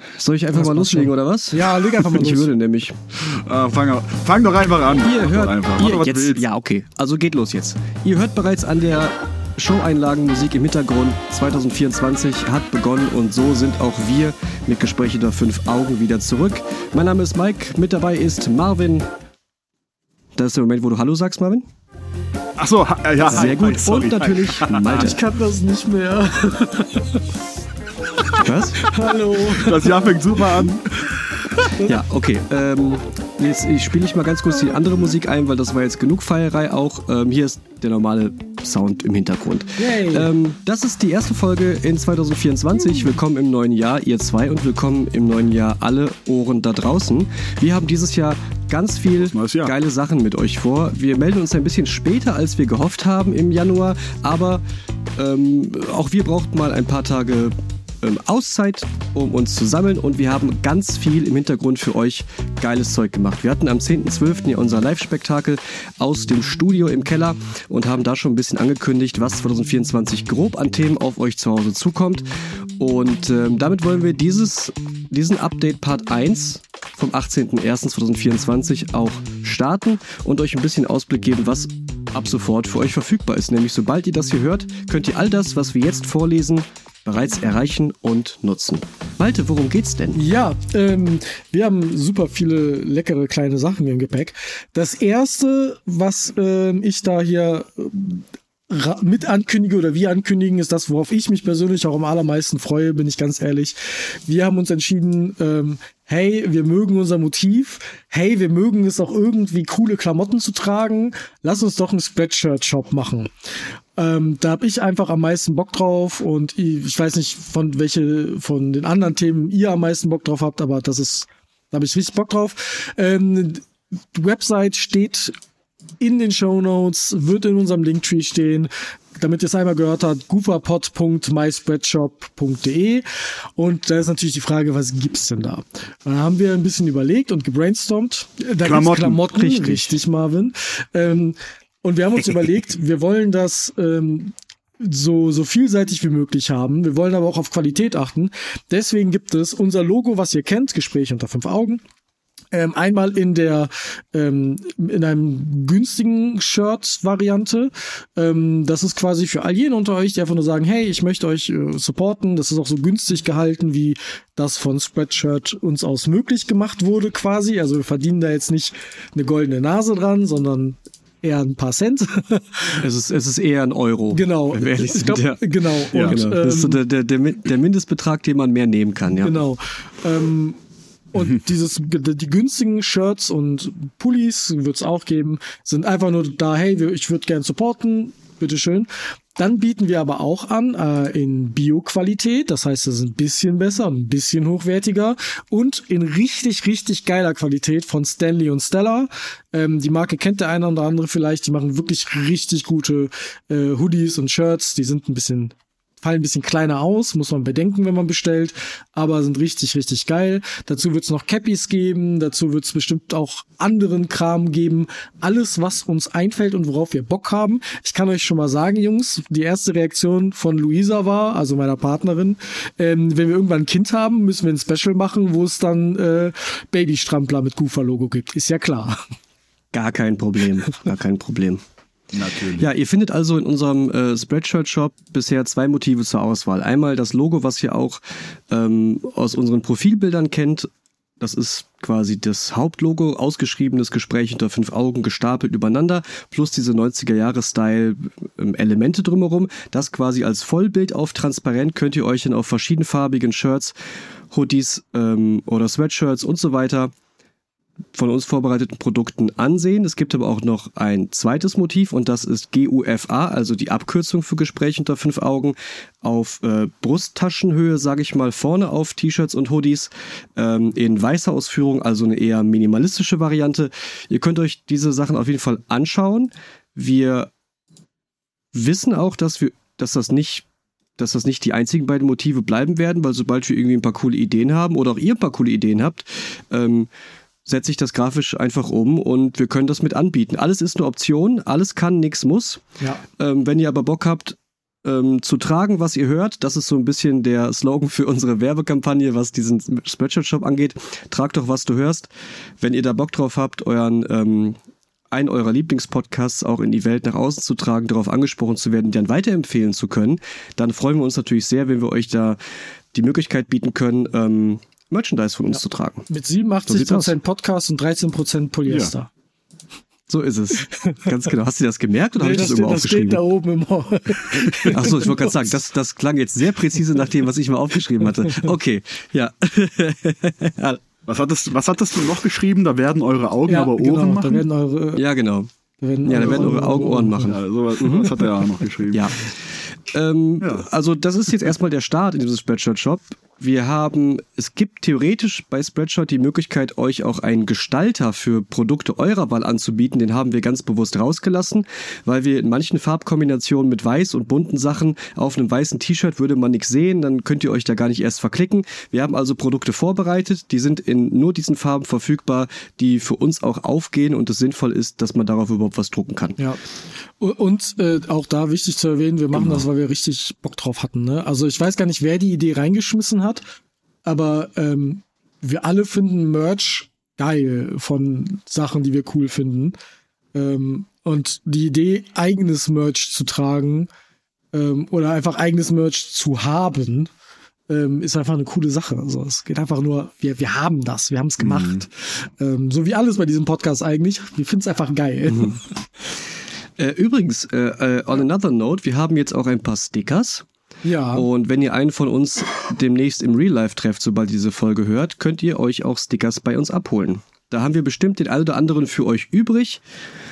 Soll ich einfach mal loslegen, oder was? Ja, leg einfach mal los. Ich würde nämlich. Fang doch einfach an. Ihr hört, einfach. Ja, okay. Also geht los jetzt. Ihr hört bereits an der Show-Einlagenmusik im Hintergrund. 2024 hat begonnen und so sind auch wir mit Gespräche unter 5 Augen wieder zurück. Mein Name ist Mike, mit dabei ist Marvin. Das ist der Moment, wo du Hallo sagst, Marvin. Ach so, ja. Sehr gut. Sorry. Und natürlich Malte. Ich kann das nicht mehr. Was? Hallo. Das Jahr fängt super an. Ja, okay. Jetzt spiele ich mal ganz kurz die andere Musik ein, weil das war jetzt genug Feierei auch. Hier ist der normale Sound im Hintergrund. Das ist die erste Folge in 2024. Willkommen im neuen Jahr, ihr zwei, und willkommen im neuen Jahr alle Ohren da draußen. Wir haben dieses Jahr ganz viel geile Sachen mit euch vor. Wir melden uns ein bisschen später, als wir gehofft haben im Januar, aber auch wir brauchten mal ein paar Tage Auszeit, um uns zu sammeln, und wir haben ganz viel im Hintergrund für euch geiles Zeug gemacht. Wir hatten am 10.12. ja unser Live-Spektakel aus dem Studio im Keller und haben da schon ein bisschen angekündigt, was 2024 grob an Themen auf euch zu Hause zukommt, und damit wollen wir diesen Update Part 1 vom 18.01.2024 auch starten und euch ein bisschen Ausblick geben, was ab sofort für euch verfügbar ist. Nämlich sobald ihr das hier hört, könnt ihr all das, was wir jetzt vorlesen, bereits erreichen und nutzen. Malte, worum geht's denn? Ja, wir haben super viele leckere kleine Sachen im Gepäck. Das erste, was ich da hier mit ankündige oder wir ankündigen, ist das, worauf ich mich persönlich auch am allermeisten freue, bin ich ganz ehrlich. Wir haben uns entschieden, hey, wir mögen unser Motiv, hey, wir mögen es auch irgendwie coole Klamotten zu tragen, lass uns doch einen Spreadshirt-Shop machen. Da habe ich einfach am meisten Bock drauf, und ich weiß nicht, von den anderen Themen ihr am meisten Bock drauf habt, aber da habe ich richtig Bock drauf. Die Website steht in den Shownotes, wird in unserem Linktree stehen, damit ihr es einmal gehört habt, gooferpod.myspreadshop.de, und da ist natürlich die Frage, was gibt's denn da? Da haben wir ein bisschen überlegt und gebrainstormt. Da gibt's Klamotten, richtig, Marvin. Und wir haben uns überlegt, wir wollen das so vielseitig wie möglich haben. Wir wollen aber auch auf Qualität achten. Deswegen gibt es unser Logo, was ihr kennt, Gespräch unter 5 Augen. Einmal in einem günstigen Shirt-Variante. Das ist quasi für all jene unter euch, die einfach nur sagen, hey, ich möchte euch supporten. Das ist auch so günstig gehalten, wie das von Spreadshirt uns aus möglich gemacht wurde quasi. Also wir verdienen da jetzt nicht eine goldene Nase dran, sondern eher ein paar Cent. Es ist eher ein Euro. Genau. Wenn wir ehrlich sind. Genau. Ja, und, genau. Das ist so der Mindestbetrag, den man mehr nehmen kann. Ja. Genau. Und die günstigen Shirts und Pullis wird's auch geben, sind einfach nur da, hey, ich würde gern supporten, bitteschön. Dann bieten wir aber auch an in Bio-Qualität, das heißt, das ist ein bisschen besser, ein bisschen hochwertiger, und in richtig, richtig geiler Qualität von Stanley und Stella. Die Marke kennt der eine oder andere vielleicht, die machen wirklich richtig gute Hoodies und Shirts, die sind fallen ein bisschen kleiner aus, muss man bedenken, wenn man bestellt, aber sind richtig, richtig geil. Dazu wird's noch Cappies geben, dazu wird's bestimmt auch anderen Kram geben. Alles, was uns einfällt und worauf wir Bock haben. Ich kann euch schon mal sagen, Jungs, die erste Reaktion von Luisa war, also meiner Partnerin, wenn wir irgendwann ein Kind haben, müssen wir ein Special machen, wo es dann Babystrampler mit Goofer-Logo gibt. Ist ja klar. Gar kein Problem. Natürlich. Ja, ihr findet also in unserem Spreadshirt-Shop bisher 2 Motive zur Auswahl. Einmal das Logo, was ihr auch aus unseren Profilbildern kennt. Das ist quasi das Hauptlogo, ausgeschriebenes Gespräch unter 5 Augen, gestapelt übereinander, plus diese 90er-Jahre-Style-Elemente drumherum. Das quasi als Vollbild auf transparent könnt ihr euch dann auf verschiedenfarbigen Shirts, Hoodies oder Sweatshirts und so weiter von uns vorbereiteten Produkten ansehen. Es gibt aber auch noch ein zweites Motiv, und das ist GUFA, also die Abkürzung für Gespräch unter 5 Augen, auf Brusttaschenhöhe, sage ich mal, vorne auf T-Shirts und Hoodies, in weißer Ausführung, also eine eher minimalistische Variante. Ihr könnt euch diese Sachen auf jeden Fall anschauen. Wir wissen auch, dass das nicht die einzigen beiden Motive bleiben werden, weil sobald wir irgendwie ein paar coole Ideen haben oder auch ihr ein paar coole Ideen habt, setze ich das grafisch einfach um und wir können das mit anbieten. Alles ist eine Option, alles kann, nichts muss. Ja. Wenn ihr aber Bock habt, zu tragen, was ihr hört. Das ist so ein bisschen der Slogan für unsere Werbekampagne, was diesen Spreadshirt-Shop angeht. Trag doch, was du hörst. Wenn ihr da Bock drauf habt, einen eurer Lieblingspodcasts auch in die Welt nach außen zu tragen, darauf angesprochen zu werden, dann weiterempfehlen zu können, dann freuen wir uns natürlich sehr, wenn wir euch da die Möglichkeit bieten können, Merchandise von uns zu tragen. Mit 87% Podcast und 13% Polyester. Ja. So ist es. Ganz genau. Hast du das gemerkt oder habe ich das irgendwo aufgeschrieben? Das steht da oben im Hall. Achso, ich wollte gerade sagen, das klang jetzt sehr präzise nach dem, was ich mal aufgeschrieben hatte. Okay, ja. Was hattest du noch geschrieben? Da werden eure Augen aber Ohren machen? Da werden eure, ja, genau. Da werden eure Augen Ohren machen. Ja, sowas hat er ja auch noch geschrieben. Ja. Also das ist jetzt erstmal der Start in diesem Spreadshirt-Shop. Es gibt theoretisch bei Spreadshirt die Möglichkeit, euch auch einen Gestalter für Produkte eurer Wahl anzubieten. Den haben wir ganz bewusst rausgelassen, weil wir in manchen Farbkombinationen mit weiß und bunten Sachen auf einem weißen T-Shirt würde man nichts sehen, dann könnt ihr euch da gar nicht erst verklicken. Wir haben also Produkte vorbereitet, die sind in nur diesen Farben verfügbar, die für uns auch aufgehen und es sinnvoll ist, dass man darauf überhaupt was drucken kann. Ja. Und auch da wichtig zu erwähnen, wir machen das, weil wir richtig Bock drauf hatten. Ne? Also ich weiß gar nicht, wer die Idee reingeschmissen hat, aber wir alle finden Merch geil von Sachen, die wir cool finden. Und die Idee, eigenes Merch zu tragen oder einfach eigenes Merch zu haben, ist einfach eine coole Sache. Also es geht einfach nur, wir haben das, wir haben es gemacht. So wie alles bei diesem Podcast eigentlich. Wir finden es einfach geil. Übrigens, on another note, wir haben jetzt auch ein paar Stickers. Ja. Und wenn ihr einen von uns demnächst im Real Life trefft, sobald diese Folge hört, könnt ihr euch auch Stickers bei uns abholen. Da haben wir bestimmt den einen oder anderen für euch übrig.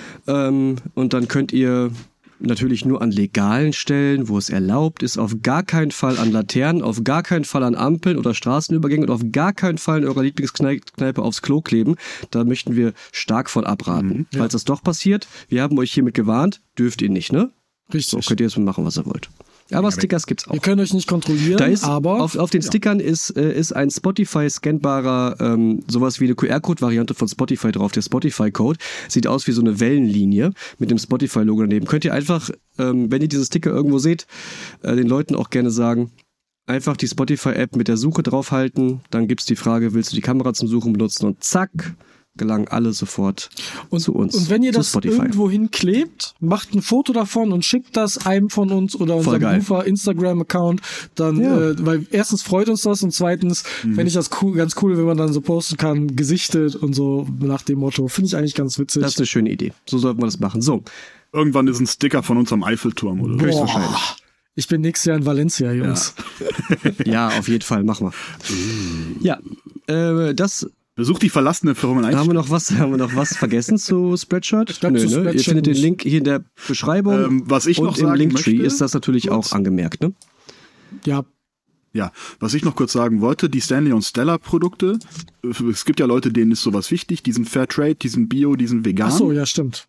Und dann könnt ihr natürlich nur an legalen Stellen, wo es erlaubt ist, auf gar keinen Fall an Laternen, auf gar keinen Fall an Ampeln oder Straßenübergängen und auf gar keinen Fall in eurer Lieblingskneipe aufs Klo kleben. Da möchten wir stark von abraten. Falls das doch passiert, wir haben euch hiermit gewarnt, dürft ihr nicht, ne? Richtig. So könnt ihr jetzt machen, was ihr wollt. Aber Stickers gibt's auch. Wir können euch nicht kontrollieren, da ist, aber auf den Stickern ist ein Spotify-scannbarer, sowas wie eine QR-Code-Variante von Spotify drauf, der Spotify-Code. Sieht aus wie so eine Wellenlinie mit dem Spotify-Logo daneben. Könnt ihr einfach, wenn ihr diese Sticker irgendwo seht, den Leuten auch gerne sagen, einfach die Spotify-App mit der Suche draufhalten, dann gibt's die Frage, willst du die Kamera zum Suchen benutzen und zack, gelangen alle sofort zu uns. Und wenn ihr das Spotify irgendwo hinklebt, macht ein Foto davon und schickt das einem von uns oder unserem Rufer Instagram-Account, dann, weil erstens freut uns das und zweitens fände ich das ganz cool, wenn man dann so posten kann, gesichtet und so nach dem Motto. Finde ich eigentlich ganz witzig. Das ist eine schöne Idee. So sollten wir das machen. So. Irgendwann ist ein Sticker von uns am Eiffelturm, oder? Höchstwahrscheinlich. Ich bin nächstes Jahr in Valencia, Jungs. Ja, auf jeden Fall. Machen wir. Ja, das... Besuch die verlassene Firma. Haben wir noch was vergessen zu Spreadshirt? Ich glaub, Nö, zu ne? Spreadshirt Ihr findet den Link hier in der Beschreibung. Was ich und noch im sagen Linktree möchte, ist das natürlich auch angemerkt, ne? Ja. Ja, was ich noch kurz sagen wollte, die Stanley und Stella Produkte, es gibt ja Leute, denen ist sowas wichtig, die sind Fairtrade, die sind Bio, die sind vegan. Ach so, ja, stimmt.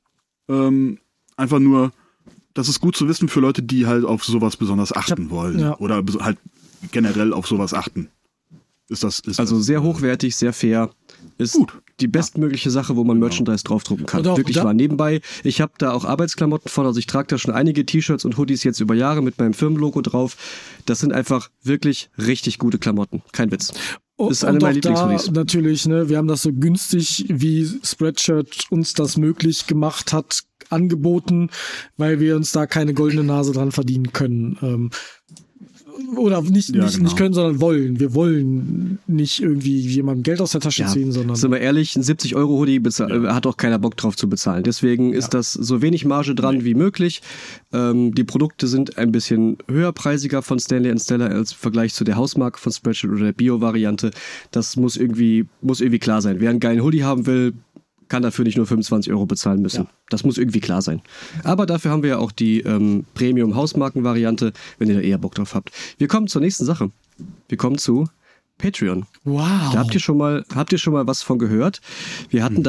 Einfach nur, das ist gut zu wissen für Leute, die halt auf sowas besonders achten wollen. Ja. Oder halt generell auf sowas achten. Ist also sehr hochwertig, sehr fair. Ist gut. Die bestmögliche Sache, wo man Merchandise draufdrucken kann. Wirklich wahr. Nebenbei, ich habe da auch Arbeitsklamotten von, also ich trage da schon einige T-Shirts und Hoodies jetzt über Jahre mit meinem Firmenlogo drauf. Das sind einfach wirklich richtig gute Klamotten. Kein Witz. Das ist eine meiner Lieblingshoodies. Natürlich, ne, wir haben das so günstig, wie Spreadshirt uns das möglich gemacht hat, angeboten, weil wir uns da keine goldene Nase dran verdienen können. Oder nicht können, sondern wollen. Wir wollen nicht irgendwie jemandem Geld aus der Tasche ziehen, sondern... Sind wir ehrlich, ein 70-Euro-Hoodie hat auch keiner Bock drauf zu bezahlen. Deswegen ist das so wenig Marge dran wie möglich. Die Produkte sind ein bisschen höherpreisiger von Stanley & Stella als im Vergleich zu der Hausmarke von Spreadshirt oder der Bio-Variante. Das muss irgendwie klar sein. Wer einen geilen Hoodie haben will, kann dafür nicht nur 25 Euro bezahlen müssen. Ja. Das muss irgendwie klar sein. Aber dafür haben wir ja auch die Premium-Hausmarken-Variante, wenn ihr da eher Bock drauf habt. Wir kommen zur nächsten Sache. Wir kommen zu Patreon. Wow. Da habt ihr schon mal was von gehört. Wir hatten da nämlich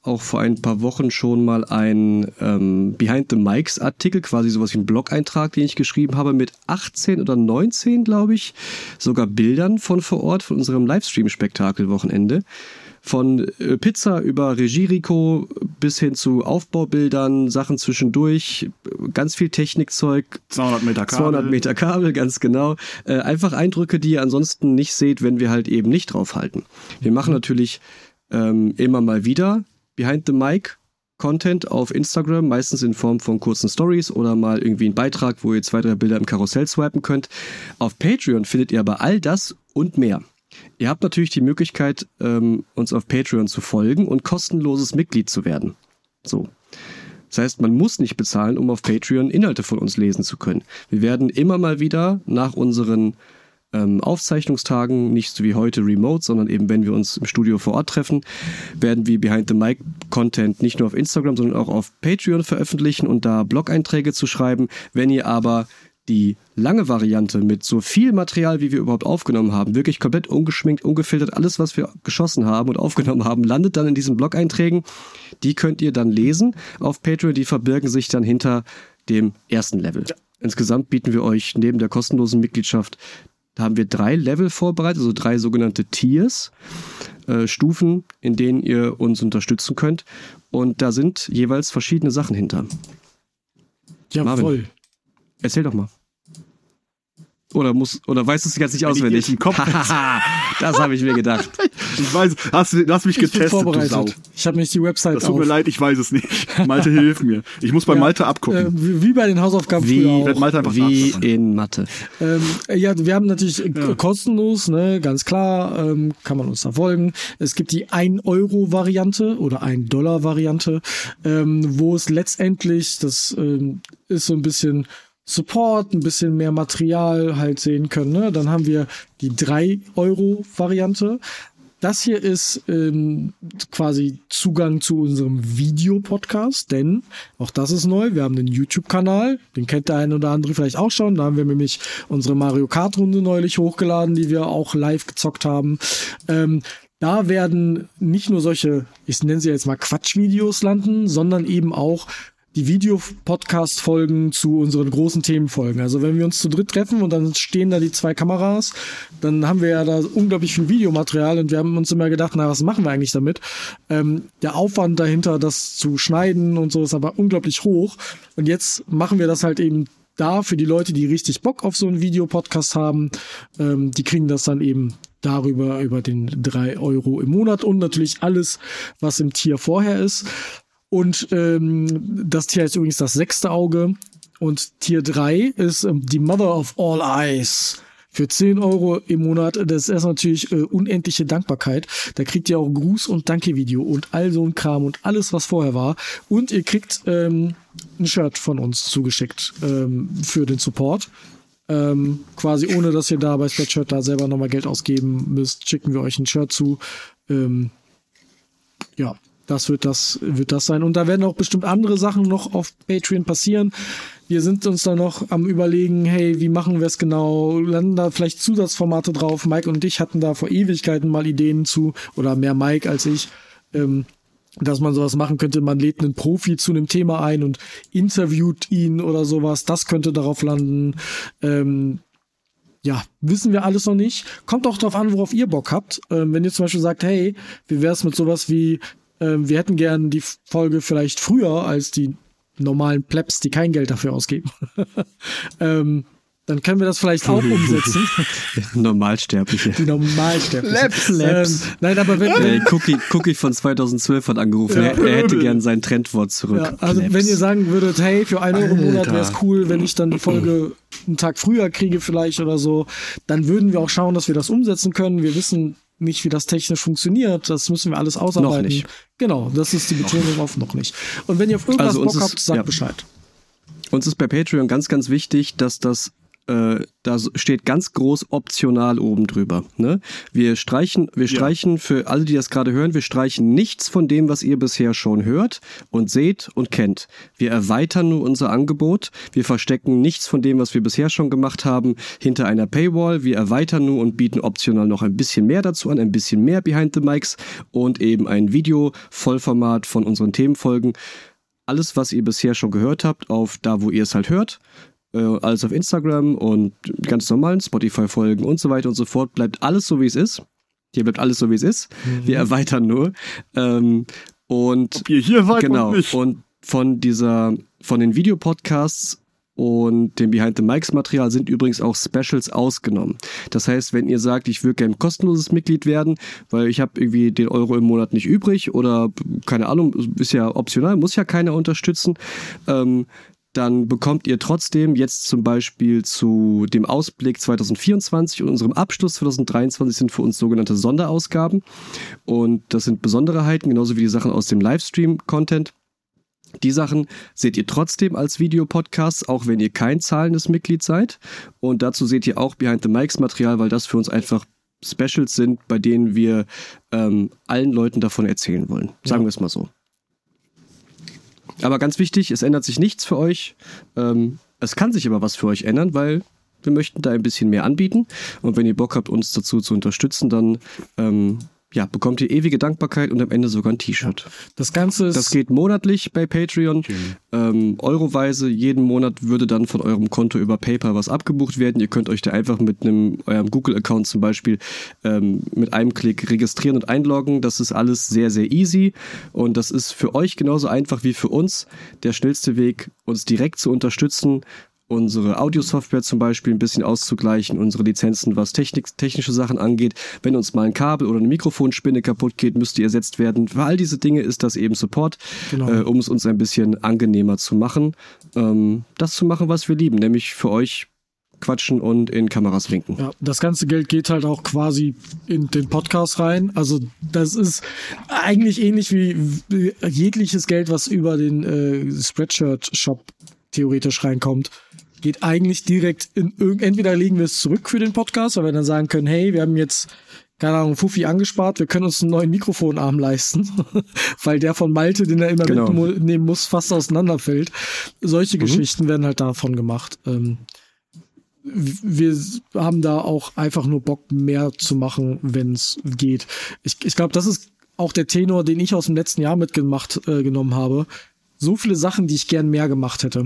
auch vor ein paar Wochen schon mal ein Behind the Mics Artikel, quasi sowas wie ein Blog-Eintrag, den ich geschrieben habe, mit 18 oder 19, glaube ich, sogar Bildern von vor Ort, von unserem Livestream-Spektakel-Wochenende. Von Pizza über Regie-Rico bis hin zu Aufbaubildern, Sachen zwischendurch, ganz viel Technikzeug. 200 Meter Kabel. 200 Meter Kabel, ganz genau. Einfach Eindrücke, die ihr ansonsten nicht seht, wenn wir halt eben nicht draufhalten. Wir machen natürlich immer mal wieder Behind the Mic Content auf Instagram, meistens in Form von kurzen Stories oder mal irgendwie einen Beitrag, wo ihr 2, 3 Bilder im Karussell swipen könnt. Auf Patreon findet ihr aber all das und mehr. Ihr habt natürlich die Möglichkeit, uns auf Patreon zu folgen und kostenloses Mitglied zu werden. So. Das heißt, man muss nicht bezahlen, um auf Patreon Inhalte von uns lesen zu können. Wir werden immer mal wieder nach unseren Aufzeichnungstagen, nicht so wie heute remote, sondern eben, wenn wir uns im Studio vor Ort treffen, werden wir Behind the Mic Content nicht nur auf Instagram, sondern auch auf Patreon veröffentlichen und da Blog-Einträge zu schreiben. Wenn ihr aber die lange Variante mit so viel Material, wie wir überhaupt aufgenommen haben, wirklich komplett ungeschminkt, ungefiltert, alles, was wir geschossen haben und aufgenommen haben, landet dann in diesen Blog-Einträgen. Die könnt ihr dann lesen auf Patreon, die verbirgen sich dann hinter dem ersten Level. Ja. Insgesamt bieten wir euch neben der kostenlosen Mitgliedschaft, da haben wir 3 Level vorbereitet, also 3 sogenannte Tiers, Stufen, in denen ihr uns unterstützen könnt. Und da sind jeweils verschiedene Sachen hinter. Ja, Marvin, voll. erzähl doch mal. Oder weißt du es jetzt nicht auswendig? Im Kopf. Das habe ich mir gedacht. Ich weiß, du hast mich getestet, vorbereitet. du Sau. Ich habe nicht die Website Das tut mir leid, ich weiß es nicht. Malte, hilf mir. Ich muss bei Malte abgucken. Wie bei den Hausaufgaben früher auch. Malte einfach wie in Mathe. Ja, wir haben natürlich kostenlos, ne, ganz klar, kann man uns da folgen. Es gibt die 1-Euro-Variante oder 1-Dollar-Variante, wo es letztendlich, das ist so ein bisschen Support, ein bisschen mehr Material halt sehen können. Ne? Dann haben wir die 3-Euro-Variante. Das hier ist quasi Zugang zu unserem Videopodcast, denn auch das ist neu. Wir haben einen YouTube-Kanal, den kennt der eine oder andere vielleicht auch schon. Da haben wir nämlich unsere Mario Kart-Runde neulich hochgeladen, die wir auch live gezockt haben. Da werden nicht nur solche, ich nenne sie jetzt mal Quatschvideos landen, sondern eben auch die Video-Podcast-Folgen zu unseren großen Themenfolgen. Also wenn wir uns zu dritt treffen und dann stehen da die 2 Kameras, dann haben wir ja da unglaublich viel Videomaterial und wir haben uns immer gedacht, na, was machen wir eigentlich damit? Der Aufwand dahinter, das zu schneiden und so, ist aber unglaublich hoch. Und jetzt machen wir das halt eben da für die Leute, die richtig Bock auf so einen Videopodcast haben. Die kriegen das dann eben darüber, über den 3 Euro im Monat und natürlich alles, was im Tier vorher ist. Und das Tier ist übrigens das 6. Auge. Und Tier 3 ist die Mother of All Eyes. Für 10 Euro im Monat. Das ist natürlich unendliche Dankbarkeit. Da kriegt ihr auch Gruß- und Danke-Video und all so ein Kram und alles, was vorher war. Und ihr kriegt ein Shirt von uns zugeschickt für den Support. Quasi ohne, dass ihr da bei Spreadshirt da selber nochmal Geld ausgeben müsst, schicken wir euch ein Shirt zu. Ja. Das wird das sein. Und da werden auch bestimmt andere Sachen noch auf Patreon passieren. Wir sind uns da noch am Überlegen, hey, wie machen wir es genau? Landen da vielleicht Zusatzformate drauf? Mike und ich hatten da vor Ewigkeiten mal Ideen zu, oder mehr Mike als ich, dass man sowas machen könnte. Man lädt einen Profi zu einem Thema ein und interviewt ihn oder sowas. Das könnte darauf landen. Ja, wissen wir alles noch nicht. Kommt auch drauf an, worauf ihr Bock habt. Wenn ihr zum Beispiel sagt, hey, wie wär's mit sowas wie wir hätten gern die Folge vielleicht früher als die normalen Plebs, die kein Geld dafür ausgeben. Dann können wir das vielleicht auch umsetzen. Normalsterbliche. Die Normalsterblichen. Plebs. Nein, aber wenn Cookie von 2012 hat angerufen. Ja. Er hätte gern sein Trendwort zurück. Ja, also Plebs. Wenn ihr sagen würdet, hey, für 1 Euro im Monat wäre es cool, wenn ich dann die Folge einen Tag früher kriege vielleicht oder so, dann würden wir auch schauen, dass wir das umsetzen können. Wir wissen nicht, wie das technisch funktioniert. Das müssen wir alles ausarbeiten. Noch nicht. Genau, das ist die Betonung auf noch nicht. Und wenn ihr auf irgendwas Bock habt, sagt Bescheid. Uns ist bei Patreon ganz, ganz wichtig, dass das da steht ganz groß optional oben drüber. Ne? Wir streichen für alle, die das gerade hören, wir streichen nichts von dem, was ihr bisher schon hört und seht und kennt. Wir erweitern nur unser Angebot. Wir verstecken nichts von dem, was wir bisher schon gemacht haben, hinter einer Paywall. Wir erweitern nur und bieten optional noch ein bisschen mehr dazu an, ein bisschen mehr Behind the Mics und eben ein Video-Vollformat von unseren Themenfolgen. Alles, was ihr bisher schon gehört habt, auf da, wo ihr es halt hört, alles auf Instagram und ganz normalen Spotify-Folgen und so weiter und so fort, bleibt alles so, wie es ist. Hier bleibt alles so, wie es ist. Wir erweitern nur. Und ob ihr hier seid und nicht. Und von den Videopodcasts und dem Behind-the-Mics-Material sind übrigens auch Specials ausgenommen. Das heißt, wenn ihr sagt, ich würde gerne ein kostenloses Mitglied werden, weil ich habe irgendwie den Euro im Monat nicht übrig oder keine Ahnung, ist ja optional, muss ja keiner unterstützen, dann bekommt ihr trotzdem jetzt zum Beispiel zu dem Ausblick 2024 und unserem Abschluss 2023 sind für uns sogenannte Sonderausgaben. Und das sind Besonderheiten, genauso wie die Sachen aus dem Livestream-Content. Die Sachen seht ihr trotzdem als Videopodcasts, auch wenn ihr kein zahlendes Mitglied seid. Und dazu seht ihr auch Behind the Mics Material, weil das für uns einfach Specials sind, bei denen wir allen Leuten davon erzählen wollen. Sagen wir es mal so. Aber ganz wichtig, es ändert sich nichts für euch. Es kann sich aber was für euch ändern, weil wir möchten da ein bisschen mehr anbieten. Und wenn ihr Bock habt, uns dazu zu unterstützen, dann bekommt ihr ewige Dankbarkeit und am Ende sogar ein T-Shirt. Das geht monatlich bei Patreon. Euroweise. Jeden Monat würde dann von eurem Konto über PayPal was abgebucht werden. Ihr könnt euch da einfach mit eurem Google-Account zum Beispiel mit einem Klick registrieren und einloggen. Das ist alles sehr, sehr easy. Und das ist für euch genauso einfach wie für uns der schnellste Weg, uns direkt zu unterstützen, unsere Audiosoftware zum Beispiel ein bisschen auszugleichen, unsere Lizenzen, was technische Sachen angeht. Wenn uns mal ein Kabel oder eine Mikrofonspinne kaputt geht, müsste ersetzt werden. Für all diese Dinge ist das eben Support, um es uns ein bisschen angenehmer zu machen. Das zu machen, was wir lieben, nämlich für euch quatschen und in Kameras winken. Ja, das ganze Geld geht halt auch quasi in den Podcast rein. Also das ist eigentlich ähnlich wie jegliches Geld, was über den Spreadshirt-Shop theoretisch reinkommt, geht eigentlich direkt entweder legen wir es zurück für den Podcast, weil wir dann sagen können, hey, wir haben jetzt, keine Ahnung, Fuffi angespart, wir können uns einen neuen Mikrofonarm leisten, weil der von Malte, den er immer mitnehmen muss, fast auseinanderfällt. Solche Geschichten werden halt davon gemacht. Wir haben da auch einfach nur Bock, mehr zu machen, wenn es geht. Ich glaube, das ist auch der Tenor, den ich aus dem letzten Jahr genommen habe. So viele Sachen, die ich gern mehr gemacht hätte.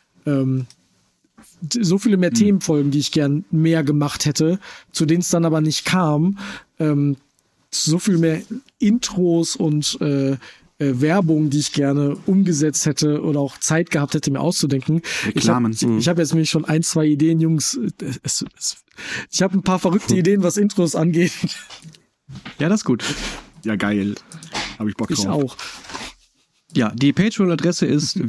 So viele mehr Themenfolgen, die ich gern mehr gemacht hätte, zu denen es dann aber nicht kam. So viel mehr Intros und Werbung, die ich gerne umgesetzt hätte oder auch Zeit gehabt hätte, mir auszudenken. Ich habe jetzt nämlich schon 1, 2 Ideen, Jungs. Ich habe ein paar verrückte Ideen, was Intros angeht. Ja, das ist gut. Ja, geil. Habe ich Bock drauf. Ich auch. Ja, die Patreon-Adresse ist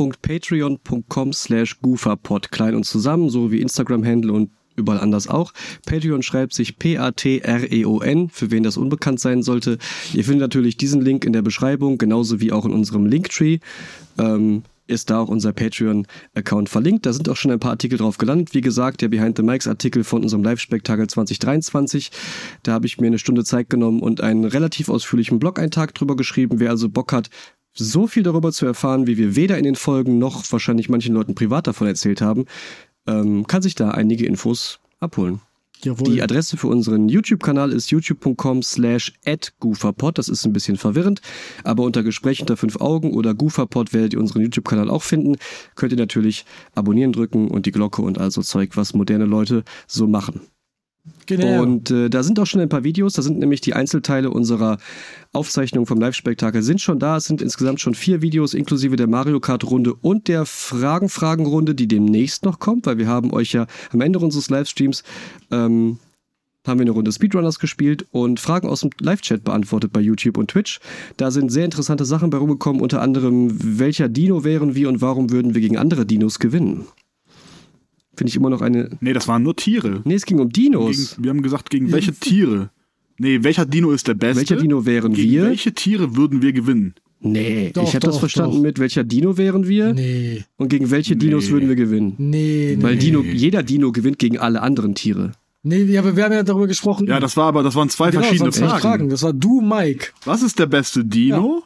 www.patreon.com/gooferpod, klein und zusammen, so wie Instagram-Handle und überall anders auch. Patreon schreibt sich Patreon, für wen das unbekannt sein sollte. Ihr findet natürlich diesen Link in der Beschreibung, genauso wie auch in unserem Linktree. Ist da auch unser Patreon-Account verlinkt. Da sind auch schon ein paar Artikel drauf gelandet. Wie gesagt, der Behind the Mics-Artikel von unserem Live-Spektakel 2023. Da habe ich mir eine Stunde Zeit genommen und einen relativ ausführlichen Blog-Eintrag drüber geschrieben. Wer also Bock hat, so viel darüber zu erfahren, wie wir weder in den Folgen noch wahrscheinlich manchen Leuten privat davon erzählt haben, kann sich da einige Infos abholen. Jawohl. Die Adresse für unseren YouTube-Kanal ist youtube.com/gooferpod. Das ist ein bisschen verwirrend, aber unter Gespräch unter 5 Augen oder Gooferpod werdet ihr unseren YouTube-Kanal auch finden. Könnt ihr natürlich abonnieren drücken und die Glocke und also Zeug, was moderne Leute so machen. Genau. Und da sind auch schon ein paar Videos, da sind nämlich die Einzelteile unserer Aufzeichnung vom Live-Spektakel sind schon da. Es sind insgesamt schon 4 Videos inklusive der Mario Kart-Runde und der Fragen-Runde, die demnächst noch kommt, weil wir haben euch ja am Ende unseres Livestreams haben wir eine Runde Speedrunners gespielt und Fragen aus dem Live-Chat beantwortet bei YouTube und Twitch. Da sind sehr interessante Sachen bei rumgekommen, unter anderem, welcher Dino wären wir und warum würden wir gegen andere Dinos gewinnen? Finde ich immer noch eine... Nee, das waren nur Tiere. Nee, es ging um Dinos. Wir haben gesagt, gegen welche Tiere? Nee, welcher Dino ist der beste? Welcher Dino wären gegen wir? Welche Tiere würden wir gewinnen? Nee, Doch, ich habe das verstanden doch. mit welcher Dino wären wir Nee. und gegen welche Dinos würden wir gewinnen. Nee. Weil jeder Dino gewinnt gegen alle anderen Tiere. Nee, ja, aber wir haben ja darüber gesprochen. Ja, das waren zwei Genau, verschiedene das waren zwei Fragen. Das war du, Mike. Was ist der beste Dino?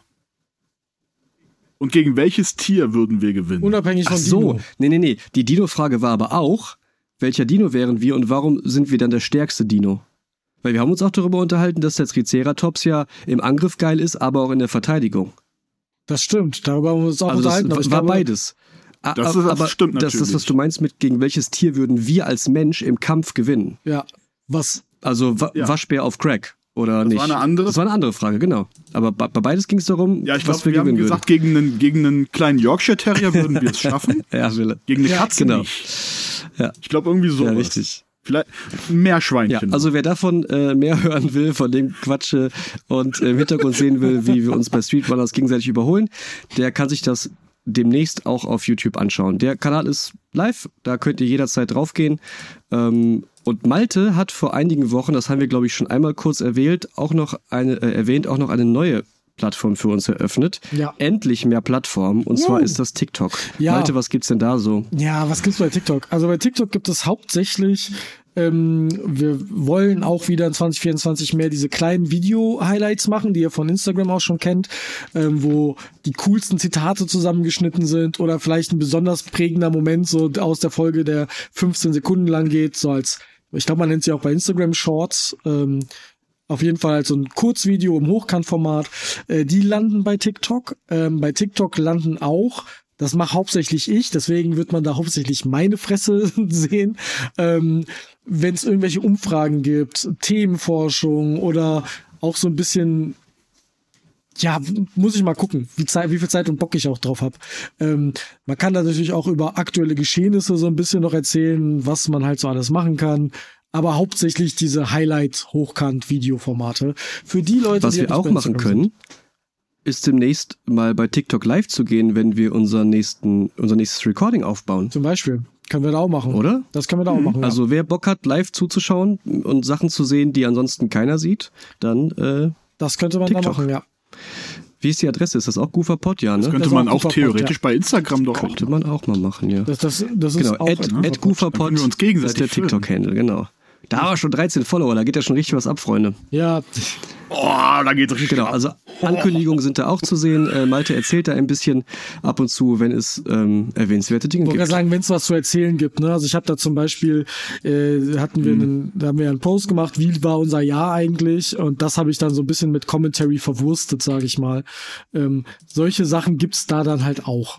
Und gegen welches Tier würden wir gewinnen? Unabhängig Ach von so, Dino. nee. Die Dino-Frage war aber auch, welcher Dino wären wir und warum sind wir dann der stärkste Dino? Weil wir haben uns auch darüber unterhalten, dass der Triceratops ja im Angriff geil ist, aber auch in der Verteidigung. Das stimmt, darüber haben wir uns auch Also unterhalten. aber das ich war glaube, beides. Das stimmt das ist das, natürlich. was du meinst mit gegen welches Tier würden wir als Mensch im Kampf gewinnen? Ja, was? Also Ja. Waschbär auf Crack oder Das nicht? war eine andere- Das war eine andere Frage, genau. Aber bei beides ging es darum, Ja, ich was glaube, wir haben gewinnen gesagt, gegen einen kleinen Yorkshire Terrier würden wir es schaffen. würden. Ja, Wille. Gegen eine Katze genau. nicht. Ja. Ich glaube, irgendwie so. Ja, richtig. Vielleicht Meerschweinchen. Ja, also wer davon mehr hören will, von dem Quatsche und im Hintergrund sehen will, wie wir uns bei Streetrunners gegenseitig überholen, der kann sich das demnächst auch auf YouTube anschauen. Der Kanal ist live, da könnt ihr jederzeit draufgehen. Und Malte hat vor einigen Wochen, das haben wir glaube ich schon einmal kurz erwähnt, auch noch eine neue Plattform für uns eröffnet. Ja. Endlich mehr Plattformen, und zwar ist das TikTok. Ja. Malte, was gibt's denn da so? Ja, was gibt's bei TikTok? Also bei TikTok gibt es hauptsächlich, wir wollen auch wieder in 2024 mehr diese kleinen Video-Highlights machen, die ihr von Instagram auch schon kennt, wo die coolsten Zitate zusammengeschnitten sind oder vielleicht ein besonders prägender Moment so aus der Folge, der 15 Sekunden lang geht, so als, ich glaube, man nennt sie auch bei Instagram Shorts, auf jeden Fall als so ein Kurzvideo im Hochkantformat. Die landen bei TikTok. Bei TikTok landen auch, das mache hauptsächlich ich, deswegen wird man da hauptsächlich meine Fresse sehen. Wenn es irgendwelche Umfragen gibt, Themenforschung oder auch so ein bisschen, ja, muss ich mal gucken, wie viel Zeit und Bock ich auch drauf habe. Man kann da natürlich auch über aktuelle Geschehnisse so ein bisschen noch erzählen, was man halt so alles machen kann. Aber hauptsächlich diese Highlight-Hochkant-Videoformate. Für die Leute, Was die wir nicht auch bei machen Instagram können, ist demnächst mal bei TikTok live zu gehen, wenn wir unser nächstes Recording aufbauen. zum Beispiel. Können wir da auch machen. Oder? Das können wir da auch machen. Also wer Bock hat, live zuzuschauen und Sachen zu sehen, die ansonsten keiner sieht, dann das könnte man TikTok. da machen, ja. wie ist die Adresse? Ist das auch Gooferpod? Ja, ne? Das könnte Das man ist auch auch Gooferpod, theoretisch ja. bei Instagram doch auch. Könnte man auch mal machen, ja. Das ist Genau, auch at Dann Gooferpod können wir uns gegenseitig ist der filmen. TikTok-Handle, genau. Da haben wir schon 13 Follower, da geht ja schon richtig was ab, Freunde. Ja, Oh, da geht's richtig Genau, ab. also Ankündigungen sind da auch zu sehen. Malte erzählt da ein bisschen ab und zu, wenn es erwähnenswerte Dinge ich wollte gibt. gerade sagen, wenn es was zu erzählen gibt, ne? Also ich habe da zum Beispiel, da haben wir einen Post gemacht, wie war unser Jahr eigentlich? Und das habe ich dann so ein bisschen mit Commentary verwurstet, sage ich mal. Solche Sachen gibt's da dann halt auch.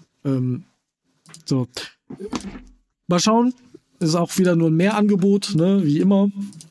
So. Mal schauen. Ist auch wieder nur ein Mehrangebot, ne? Wie immer.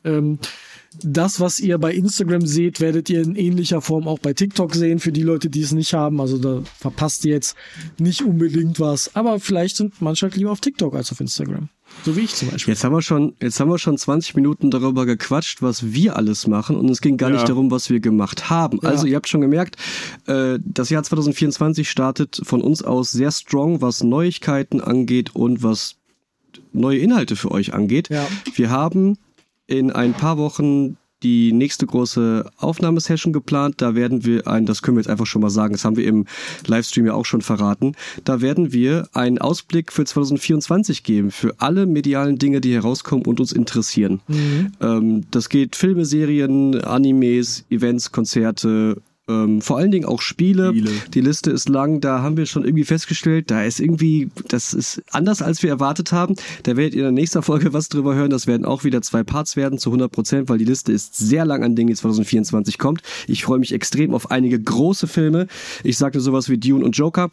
Das, was ihr bei Instagram seht, werdet ihr in ähnlicher Form auch bei TikTok sehen, für die Leute, die es nicht haben. Also da verpasst ihr jetzt nicht unbedingt was. Aber vielleicht sind manche halt lieber auf TikTok als auf Instagram. So wie ich zum Beispiel. Jetzt haben wir schon 20 Minuten darüber gequatscht, was wir alles machen, und es ging gar nicht darum, was wir gemacht haben. Ja. Also ihr habt schon gemerkt, das Jahr 2024 startet von uns aus sehr strong, was Neuigkeiten angeht und was neue Inhalte für euch angeht. Ja. Wir haben in ein paar Wochen die nächste große Aufnahmesession geplant. Da werden wir das können wir jetzt einfach schon mal sagen, das haben wir im Livestream ja auch schon verraten, da werden wir einen Ausblick für 2024 geben, für alle medialen Dinge, die herauskommen und uns interessieren. Das geht Filme, Serien, Animes, Events, Konzerte, vor allen Dingen auch Spiele. Die Liste ist lang, da haben wir schon irgendwie festgestellt, das ist anders, als wir erwartet haben. Da werdet ihr in der nächsten Folge was drüber hören. Das werden auch wieder 2 Parts werden, zu 100%, weil die Liste ist sehr lang an Dingen, die 2024 kommt. Ich freue mich extrem auf einige große Filme. Ich sagte sowas wie Dune und Joker.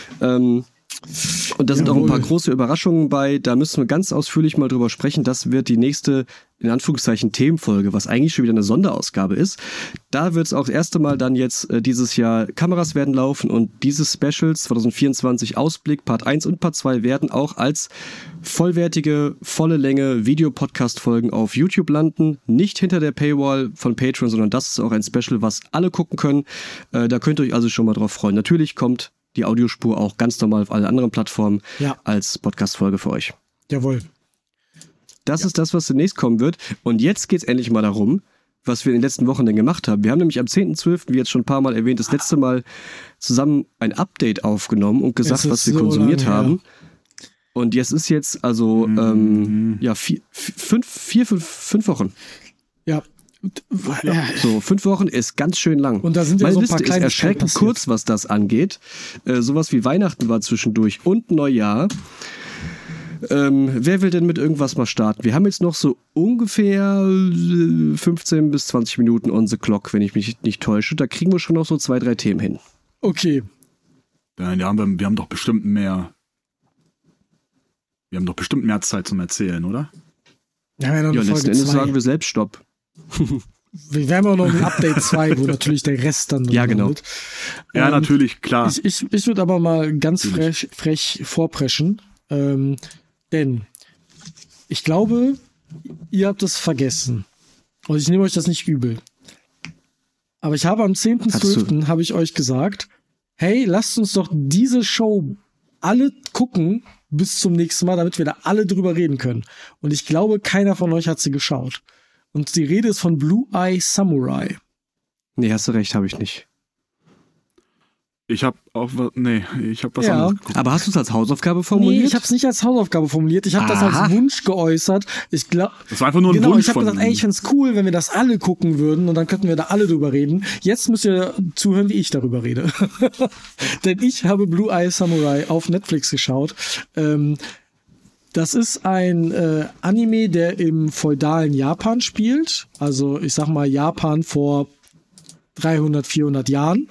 Und da sind auch ein paar große Überraschungen bei. Da müssen wir ganz ausführlich mal drüber sprechen. Das wird die nächste, in Anführungszeichen, Themenfolge, was eigentlich schon wieder eine Sonderausgabe ist. Da wird es auch das erste Mal dann jetzt dieses Jahr Kameras werden laufen, und diese Specials 2024 Ausblick Part 1 und Part 2 werden auch als vollwertige, volle Länge Videopodcast-Folgen auf YouTube landen. Nicht hinter der Paywall von Patreon, sondern das ist auch ein Special, was alle gucken können. Da könnt ihr euch also schon mal drauf freuen. Natürlich kommt die Audiospur auch ganz normal auf allen anderen Plattformen als Podcast-Folge für euch. Jawohl. Das ist das, was demnächst kommen wird. Und jetzt geht's endlich mal darum, was wir in den letzten Wochen denn gemacht haben. Wir haben nämlich am 10.12., wie jetzt schon ein paar Mal erwähnt, das letzte Mal zusammen ein Update aufgenommen und gesagt, was wir so konsumiert haben. Und jetzt ist jetzt also 5 Wochen. Ja. So, 5 Wochen ist ganz schön lang. Und da sind ja Meine so ein paar Liste ist erschreckend kurz, was das angeht. Sowas wie Weihnachten war zwischendurch und Neujahr. Wer will denn mit irgendwas mal starten? Wir haben jetzt noch so ungefähr 15 bis 20 Minuten on the clock, wenn ich mich nicht täusche. Da kriegen wir schon noch so 2, 3 Themen hin. Okay. Ja, wir haben doch bestimmt mehr. Wir haben doch bestimmt mehr Zeit zum Erzählen, oder? Ja, letzten Endes sagen wir selbst Stopp. Wir haben auch noch ein Update 2, wo natürlich der Rest dann ja, genau. wird. Ja, natürlich, klar. Ich würde aber mal ganz frech vorpreschen. Denn ich glaube, ihr habt es vergessen. Und ich nehme euch das nicht übel. Aber ich habe am 10.12. habe ich euch gesagt, hey, lasst uns doch diese Show alle gucken bis zum nächsten Mal, damit wir da alle drüber reden können. Und ich glaube, keiner von euch hat sie geschaut. Und die Rede ist von Blue Eye Samurai. Nee, hast du recht, habe ich nicht. Ich habe was anderes geguckt. Aber hast du es als Hausaufgabe formuliert? Nee, ich habe es nicht als Hausaufgabe formuliert. Ich habe das als Wunsch geäußert. Ich glaube, das war einfach nur ein Wunsch. Ich habe gesagt, ich find's cool, wenn wir das alle gucken würden und dann könnten wir da alle drüber reden. Jetzt müsst ihr zuhören, wie ich darüber rede. Denn ich habe Blue Eye Samurai auf Netflix geschaut. Das ist ein Anime, der im feudalen Japan spielt. Also ich sag mal Japan vor 300, 400 Jahren,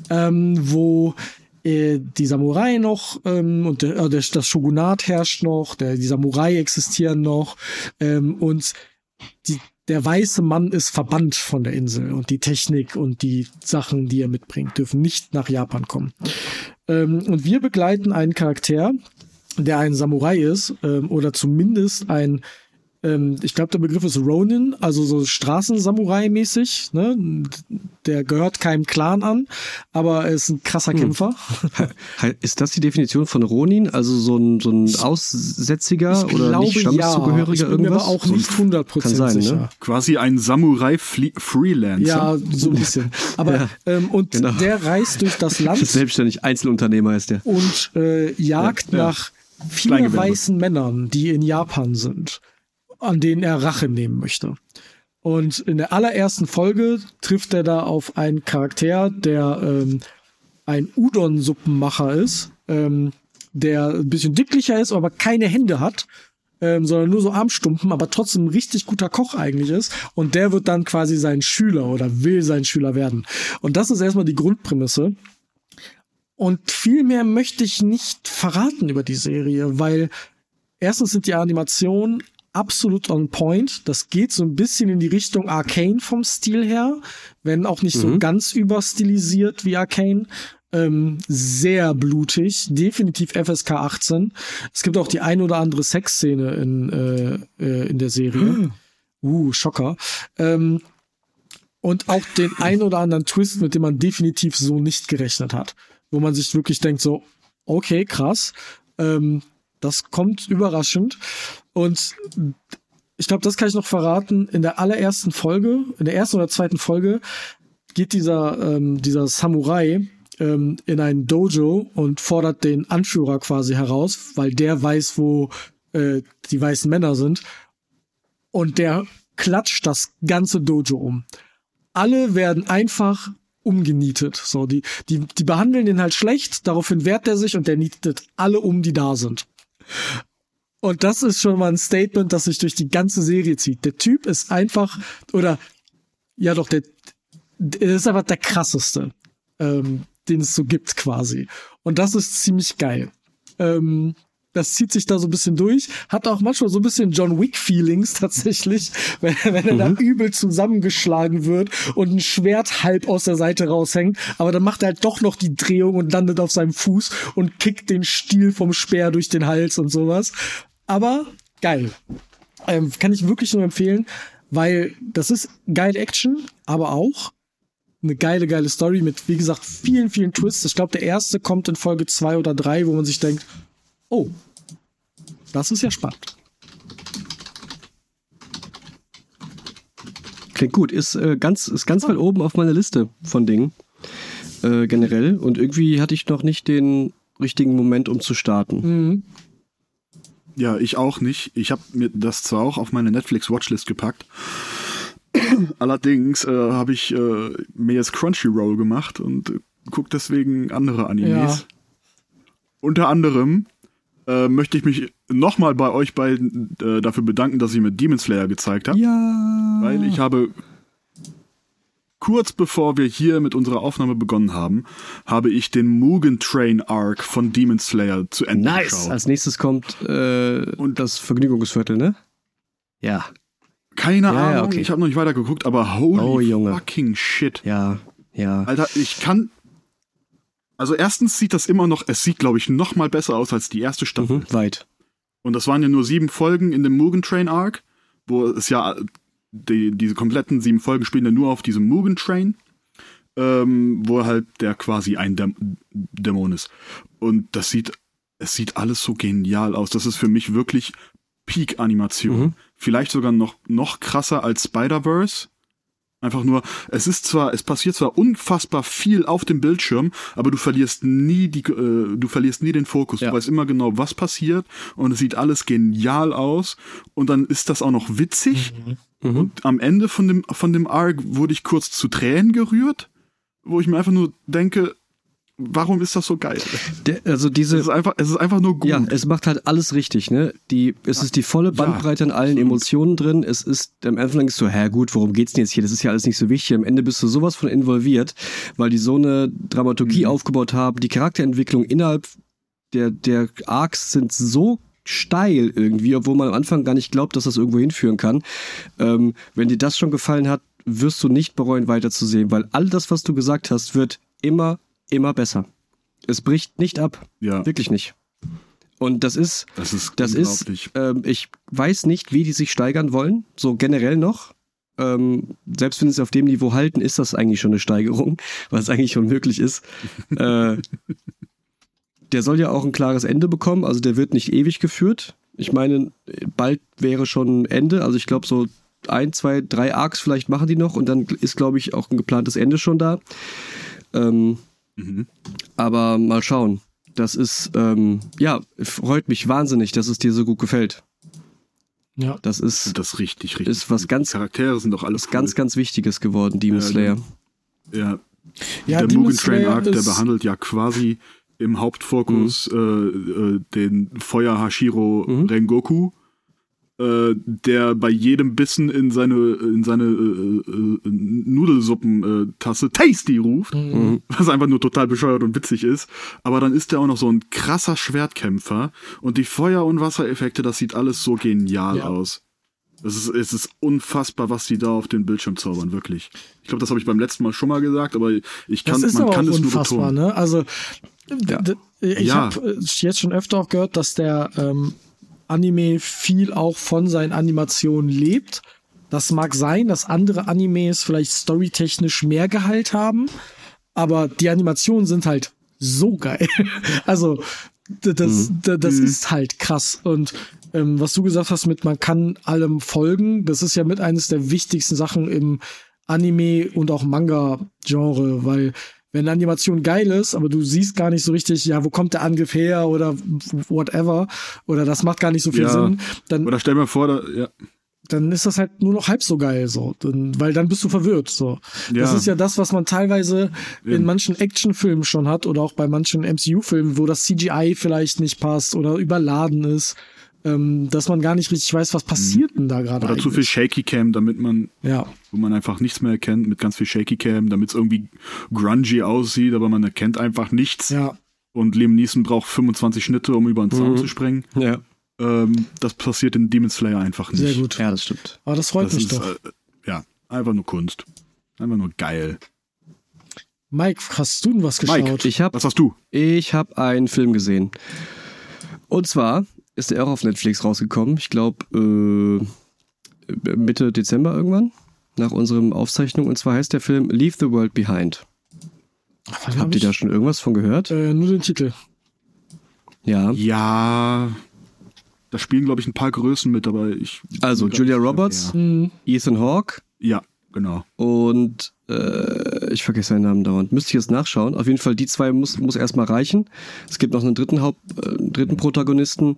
wo die Samurai noch und das Shogunat herrscht noch, die Samurai existieren noch und der weiße Mann ist verbannt von der Insel und die Technik und die Sachen, die er mitbringt, dürfen nicht nach Japan kommen. Und wir begleiten einen Charakter, der ein Samurai ist oder zumindest ein ich glaube, der Begriff ist Ronin, also so Straßensamurai-mäßig. Ne? Der gehört keinem Clan an, aber er ist ein krasser Kämpfer. Ist das die Definition von Ronin? Also so ein Aussätziger oder nicht Stammeszugehöriger irgendwas? Ich bin mir aber auch nicht 100% sicher. Ne? Quasi ein Samurai-Freelancer. Ja, so ein bisschen. Aber genau. Der reist durch das Land. Selbstständig Einzelunternehmer ist der. Und jagt nach 4 weißen Männern, die in Japan sind, an denen er Rache nehmen möchte. Und in der allerersten Folge trifft er da auf einen Charakter, der ein Udon-Suppenmacher ist, der ein bisschen dicklicher ist, aber keine Hände hat, sondern nur so Armstumpen, aber trotzdem ein richtig guter Koch eigentlich ist. Und der wird dann quasi sein Schüler oder will sein Schüler werden. Und das ist erstmal die Grundprämisse. Und viel mehr möchte ich nicht verraten über die Serie, weil erstens sind die Animationen absolut on point. Das geht so ein bisschen in die Richtung Arcane vom Stil her, wenn auch nicht so ganz überstilisiert wie Arcane. Sehr blutig, definitiv FSK 18. Es gibt auch die ein oder andere Sexszene in der Serie. Schocker. Und auch den ein oder anderen Twist, mit dem man definitiv so nicht gerechnet hat. Wo man sich wirklich denkt so, okay, krass. Das kommt überraschend. Und ich glaube, das kann ich noch verraten. In der allerersten Folge, in der ersten oder zweiten Folge, geht dieser Samurai in ein Dojo und fordert den Anführer quasi heraus, weil der weiß, wo die weißen Männer sind. Und der klatscht das ganze Dojo um. Alle werden einfach umgenietet. So, die behandeln den halt schlecht, daraufhin wehrt er sich und der nietet alle um, die da sind. Und das ist schon mal ein Statement, das sich durch die ganze Serie zieht. Der Typ ist einfach, der ist einfach der krasseste, den es so gibt quasi. Und das ist ziemlich geil. Das zieht sich da so ein bisschen durch. Hat auch manchmal so ein bisschen John Wick-Feelings tatsächlich, wenn er da übel zusammengeschlagen wird und ein Schwert halb aus der Seite raushängt. Aber dann macht er halt doch noch die Drehung und landet auf seinem Fuß und kickt den Stiel vom Speer durch den Hals und sowas. Aber geil. Kann ich wirklich nur empfehlen, weil das ist geile Action, aber auch eine geile Story mit, wie gesagt, vielen, vielen Twists. Ich glaube, der erste kommt in Folge 2 oder 3, wo man sich denkt, oh, das ist ja spannend. Klingt gut. Ist ganz weit oben auf meiner Liste von Dingen. Generell. Und irgendwie hatte ich noch nicht den richtigen Moment, um zu starten. Mhm. Ja, ich auch nicht. Ich habe mir das zwar auch auf meine Netflix-Watchlist gepackt. Allerdings habe ich mir jetzt Crunchyroll gemacht und gucke deswegen andere Animes. Ja. Unter anderem möchte ich mich nochmal bei euch beiden dafür bedanken, dass ihr mir Demon Slayer gezeigt habt. Ja. Weil ich habe kurz bevor wir hier mit unserer Aufnahme begonnen haben, habe ich den Mugen Train Arc von Demon Slayer zu Ende geschaut. Als nächstes kommt und das Vergnügungsviertel, ne? Ja. Keine Ahnung, ja, okay. Ich habe noch nicht weiter geguckt, aber holy Junge. fucking shit. Ja. Alter, also erstens sieht das immer noch, es sieht glaube ich noch mal besser aus als die erste Staffel. Weit. Und das waren ja nur 7 Folgen in dem Mugen Train Arc, wo es ja diese kompletten 7 Folgen spielen ja nur auf diesem Mugen Train, wo halt der quasi ein Dämon ist. Und es sieht alles so genial aus. Das ist für mich wirklich Peak-Animation. Vielleicht sogar noch krasser als Spider-Verse. Einfach nur, es passiert zwar unfassbar viel auf dem Bildschirm, aber du verlierst nie den Fokus. Ja. Du weißt immer genau, was passiert und es sieht alles genial aus und dann ist das auch noch witzig. Und am Ende von dem Arc wurde ich kurz zu Tränen gerührt, wo ich mir einfach nur denke, warum ist das so geil? Es ist einfach nur gut. Ja, es macht halt alles richtig, ne? Es ist die volle Bandbreite an allen Emotionen drin. Es ist, am Anfang ist so, gut, worum geht's denn jetzt hier? Das ist ja alles nicht so wichtig. Am Ende bist du sowas von involviert, weil die so eine Dramaturgie aufgebaut haben. Die Charakterentwicklung innerhalb der Arcs sind so steil irgendwie, obwohl man am Anfang gar nicht glaubt, dass das irgendwo hinführen kann. Wenn dir das schon gefallen hat, wirst du nicht bereuen, weiterzusehen, weil all das, was du gesagt hast, wird immer besser. Es bricht nicht ab. Ja. Wirklich nicht. Und das ist unglaublich. Ich weiß nicht, wie die sich steigern wollen, so generell noch. Selbst wenn sie es auf dem Niveau halten, ist das eigentlich schon eine Steigerung, was eigentlich schon möglich ist. Der soll ja auch ein klares Ende bekommen, also der wird nicht ewig geführt. Ich meine, bald wäre schon ein Ende, also ich glaube so 1, 2, 3 Arcs vielleicht machen die noch und dann ist, glaube ich, auch ein geplantes Ende schon da. Aber mal schauen. Das ist, freut mich wahnsinnig, dass es dir so gut gefällt. Ja. Das ist richtig. Ist was ganz, die Charaktere sind doch alles ganz, ganz Wichtiges geworden, Demon Slayer. Ja. Der Mugen Train Arc, der behandelt ja quasi im Hauptfokus den Feuer Hashiro Rengoku, der bei jedem Bissen in seine Nudelsuppentasse Tasty ruft, was einfach nur total bescheuert und witzig ist. Aber dann ist er auch noch so ein krasser Schwertkämpfer und die Feuer- und Wassereffekte, das sieht alles so genial aus. Es ist unfassbar, was die da auf den Bildschirm zaubern, wirklich. Ich glaube, das habe ich beim letzten Mal schon mal gesagt, aber man kann es nur betonen. Ne? Also ich habe jetzt schon öfter auch gehört, dass der Anime viel auch von seinen Animationen lebt. Das mag sein, dass andere Animes vielleicht storytechnisch mehr Gehalt haben, aber die Animationen sind halt so geil. Also das ist halt krass. Und was du gesagt hast mit man kann allem folgen, das ist ja mit eines der wichtigsten Sachen im Anime und auch Manga-Genre, weil wenn eine Animation geil ist, aber du siehst gar nicht so richtig, wo kommt der Angriff her oder whatever, oder das macht gar nicht so viel Sinn, dann, oder stell mir vor, dann ist das halt nur noch halb so geil, so, weil dann bist du verwirrt, so. Das ist ja das, was man teilweise in manchen Actionfilmen schon hat oder auch bei manchen MCU-Filmen, wo das CGI vielleicht nicht passt oder überladen ist, dass man gar nicht richtig weiß, was passiert denn da gerade. Oder zu viel Shaky Cam, damit man, wo man einfach nichts mehr erkennt, mit ganz viel Shaky Cam, damit es irgendwie grungy aussieht, aber man erkennt einfach nichts. Ja. Und Liam Neeson braucht 25 Schnitte, um über den Zaun zu sprengen. Ja. Das passiert in Demon Slayer einfach nicht. Sehr gut. Ja, das stimmt. Aber das freut mich doch. Einfach nur Kunst. Einfach nur geil. Mike, hast du denn was geschaut? Mike, was hast du? Ich habe einen Film gesehen. Und zwar ist der auch auf Netflix rausgekommen. Ich glaube, Mitte Dezember irgendwann, nach unserem Aufzeichnung. Und zwar heißt der Film Leave the World Behind. Habt ihr da schon irgendwas von gehört? Nur den Titel. Ja. Ja. Da spielen, glaube ich, ein paar Größen mit, aber Also, Julia Roberts, Ethan Hawke. Ja. Genau. Und ich vergesse seinen Namen dauernd. Müsste ich jetzt nachschauen. Auf jeden Fall, die zwei muss erstmal reichen. Es gibt noch einen dritten Protagonisten.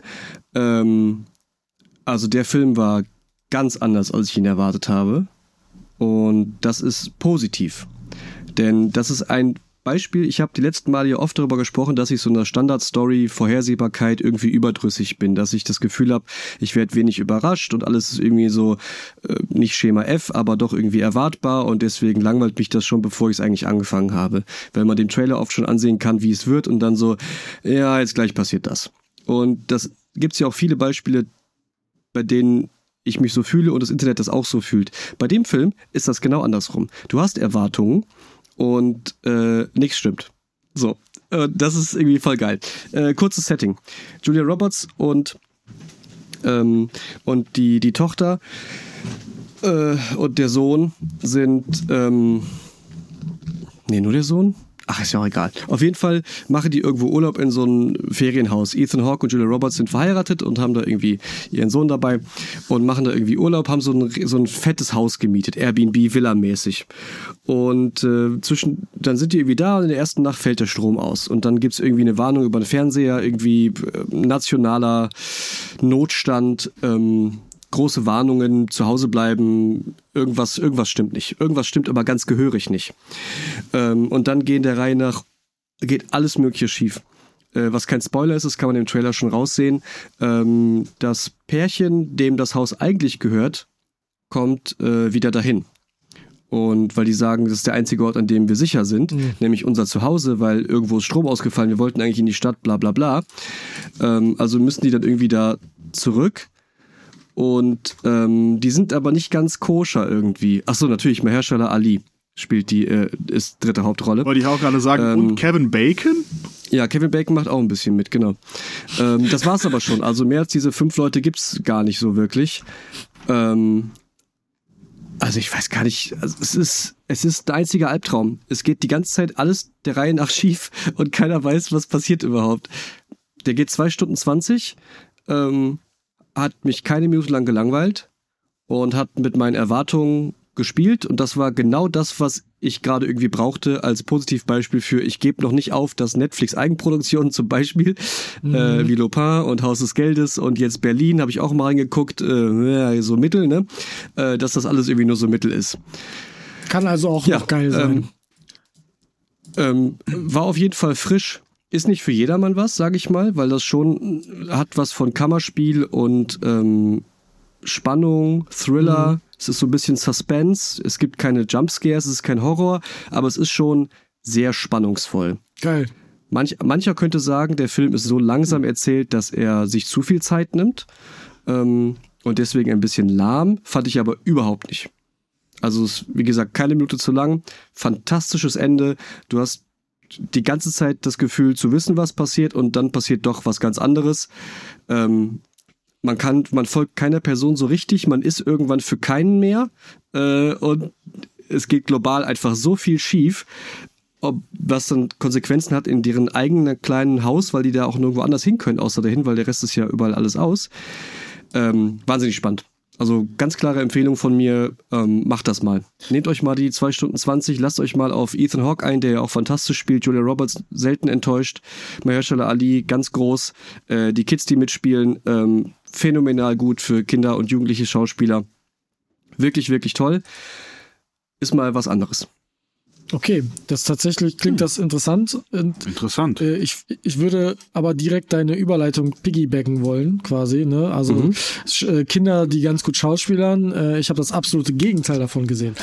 Also der Film war ganz anders, als ich ihn erwartet habe. Und das ist positiv. Denn das ist ein Beispiel, ich habe die letzten Male ja oft darüber gesprochen, dass ich so einer Standard-Story Vorhersehbarkeit irgendwie überdrüssig bin, dass ich das Gefühl habe, ich werde wenig überrascht und alles ist irgendwie so nicht Schema F, aber doch irgendwie erwartbar und deswegen langweilt mich das schon, bevor ich es eigentlich angefangen habe, weil man dem Trailer oft schon ansehen kann, wie es wird und dann so, ja, jetzt gleich passiert das. Und das gibt's ja auch viele Beispiele, bei denen ich mich so fühle und das Internet das auch so fühlt. Bei dem Film ist das genau andersrum. Du hast Erwartungen und nichts stimmt. So, das ist irgendwie voll geil. Kurzes Setting. Julia Roberts und die Tochter und der Sohn sind nur der Sohn? Ach, ist ja auch egal. Auf jeden Fall machen die irgendwo Urlaub in so ein Ferienhaus. Ethan Hawke und Julia Roberts sind verheiratet und haben da irgendwie ihren Sohn dabei und machen da irgendwie Urlaub, haben so ein fettes Haus gemietet, Airbnb-Villa-mäßig. Und dann sind die irgendwie da und in der ersten Nacht fällt der Strom aus. Und dann gibt's irgendwie eine Warnung über den Fernseher, irgendwie nationaler Notstand, große Warnungen, zu Hause bleiben, irgendwas stimmt nicht. Irgendwas stimmt aber ganz gehörig nicht. Und dann geht alles Mögliche schief. Was kein Spoiler ist, das kann man im Trailer schon raussehen. Das Pärchen, dem das Haus eigentlich gehört, kommt wieder dahin. Und weil die sagen, das ist der einzige Ort, an dem wir sicher sind, nämlich unser Zuhause, weil irgendwo ist Strom ausgefallen, wir wollten eigentlich in die Stadt, bla bla bla. Also müssen die dann irgendwie da zurück. Und die sind aber nicht ganz koscher irgendwie. Achso, natürlich, Mahershala Ali spielt ist dritte Hauptrolle. Wollte ich auch gerade sagen, und Kevin Bacon? Ja, Kevin Bacon macht auch ein bisschen mit, genau. Das war's aber schon. Also mehr als diese 5 Leute gibt's gar nicht so wirklich. Also ich weiß gar nicht, also es ist ein einziger Albtraum. Es geht die ganze Zeit alles der Reihe nach schief und keiner weiß, was passiert überhaupt. Der geht 2 Stunden 20, hat mich keine Minute lang gelangweilt und hat mit meinen Erwartungen gespielt und das war genau das, was ich gerade irgendwie brauchte als Positivbeispiel für ich gebe noch nicht auf, dass Netflix Eigenproduktionen zum Beispiel wie Lupin und Haus des Geldes und jetzt Berlin, habe ich auch mal reingeguckt, so mittel, ne? Dass das alles irgendwie nur so mittel ist. Kann also auch noch geil sein. War auf jeden Fall frisch. Ist nicht für jedermann was, sage ich mal, weil das schon hat was von Kammerspiel und Spannung, Thriller. Es ist so ein bisschen Suspense. Es gibt keine Jumpscares, es ist kein Horror, aber es ist schon sehr spannungsvoll. Geil. Mancher könnte sagen, der Film ist so langsam erzählt, dass er sich zu viel Zeit nimmt und deswegen ein bisschen lahm. Fand ich aber überhaupt nicht. Also es ist, wie gesagt, keine Minute zu lang. Fantastisches Ende. Du hast die ganze Zeit das Gefühl zu wissen, was passiert und dann passiert doch was ganz anderes. Man folgt keiner Person so richtig, man ist irgendwann für keinen mehr und es geht global einfach so viel schief, was dann Konsequenzen hat in deren eigenen kleinen Haus, weil die da auch nirgendwo anders hin können, außer dahin, weil der Rest ist ja überall alles aus. Wahnsinnig spannend. Also ganz klare Empfehlung von mir, macht das mal. Nehmt euch mal die 2 Stunden 20, lasst euch mal auf Ethan Hawke ein, der ja auch fantastisch spielt, Julia Roberts selten enttäuscht, Mahershala Ali ganz groß, die Kids, die mitspielen, phänomenal gut für Kinder und jugendliche Schauspieler. Wirklich, wirklich toll. Ist mal was anderes. Okay, das tatsächlich klingt das interessant. Interessant. Ich würde aber direkt deine Überleitung piggybacken wollen, quasi. Ne? Also Kinder, die ganz gut schauspielern. Ich habe das absolute Gegenteil davon gesehen.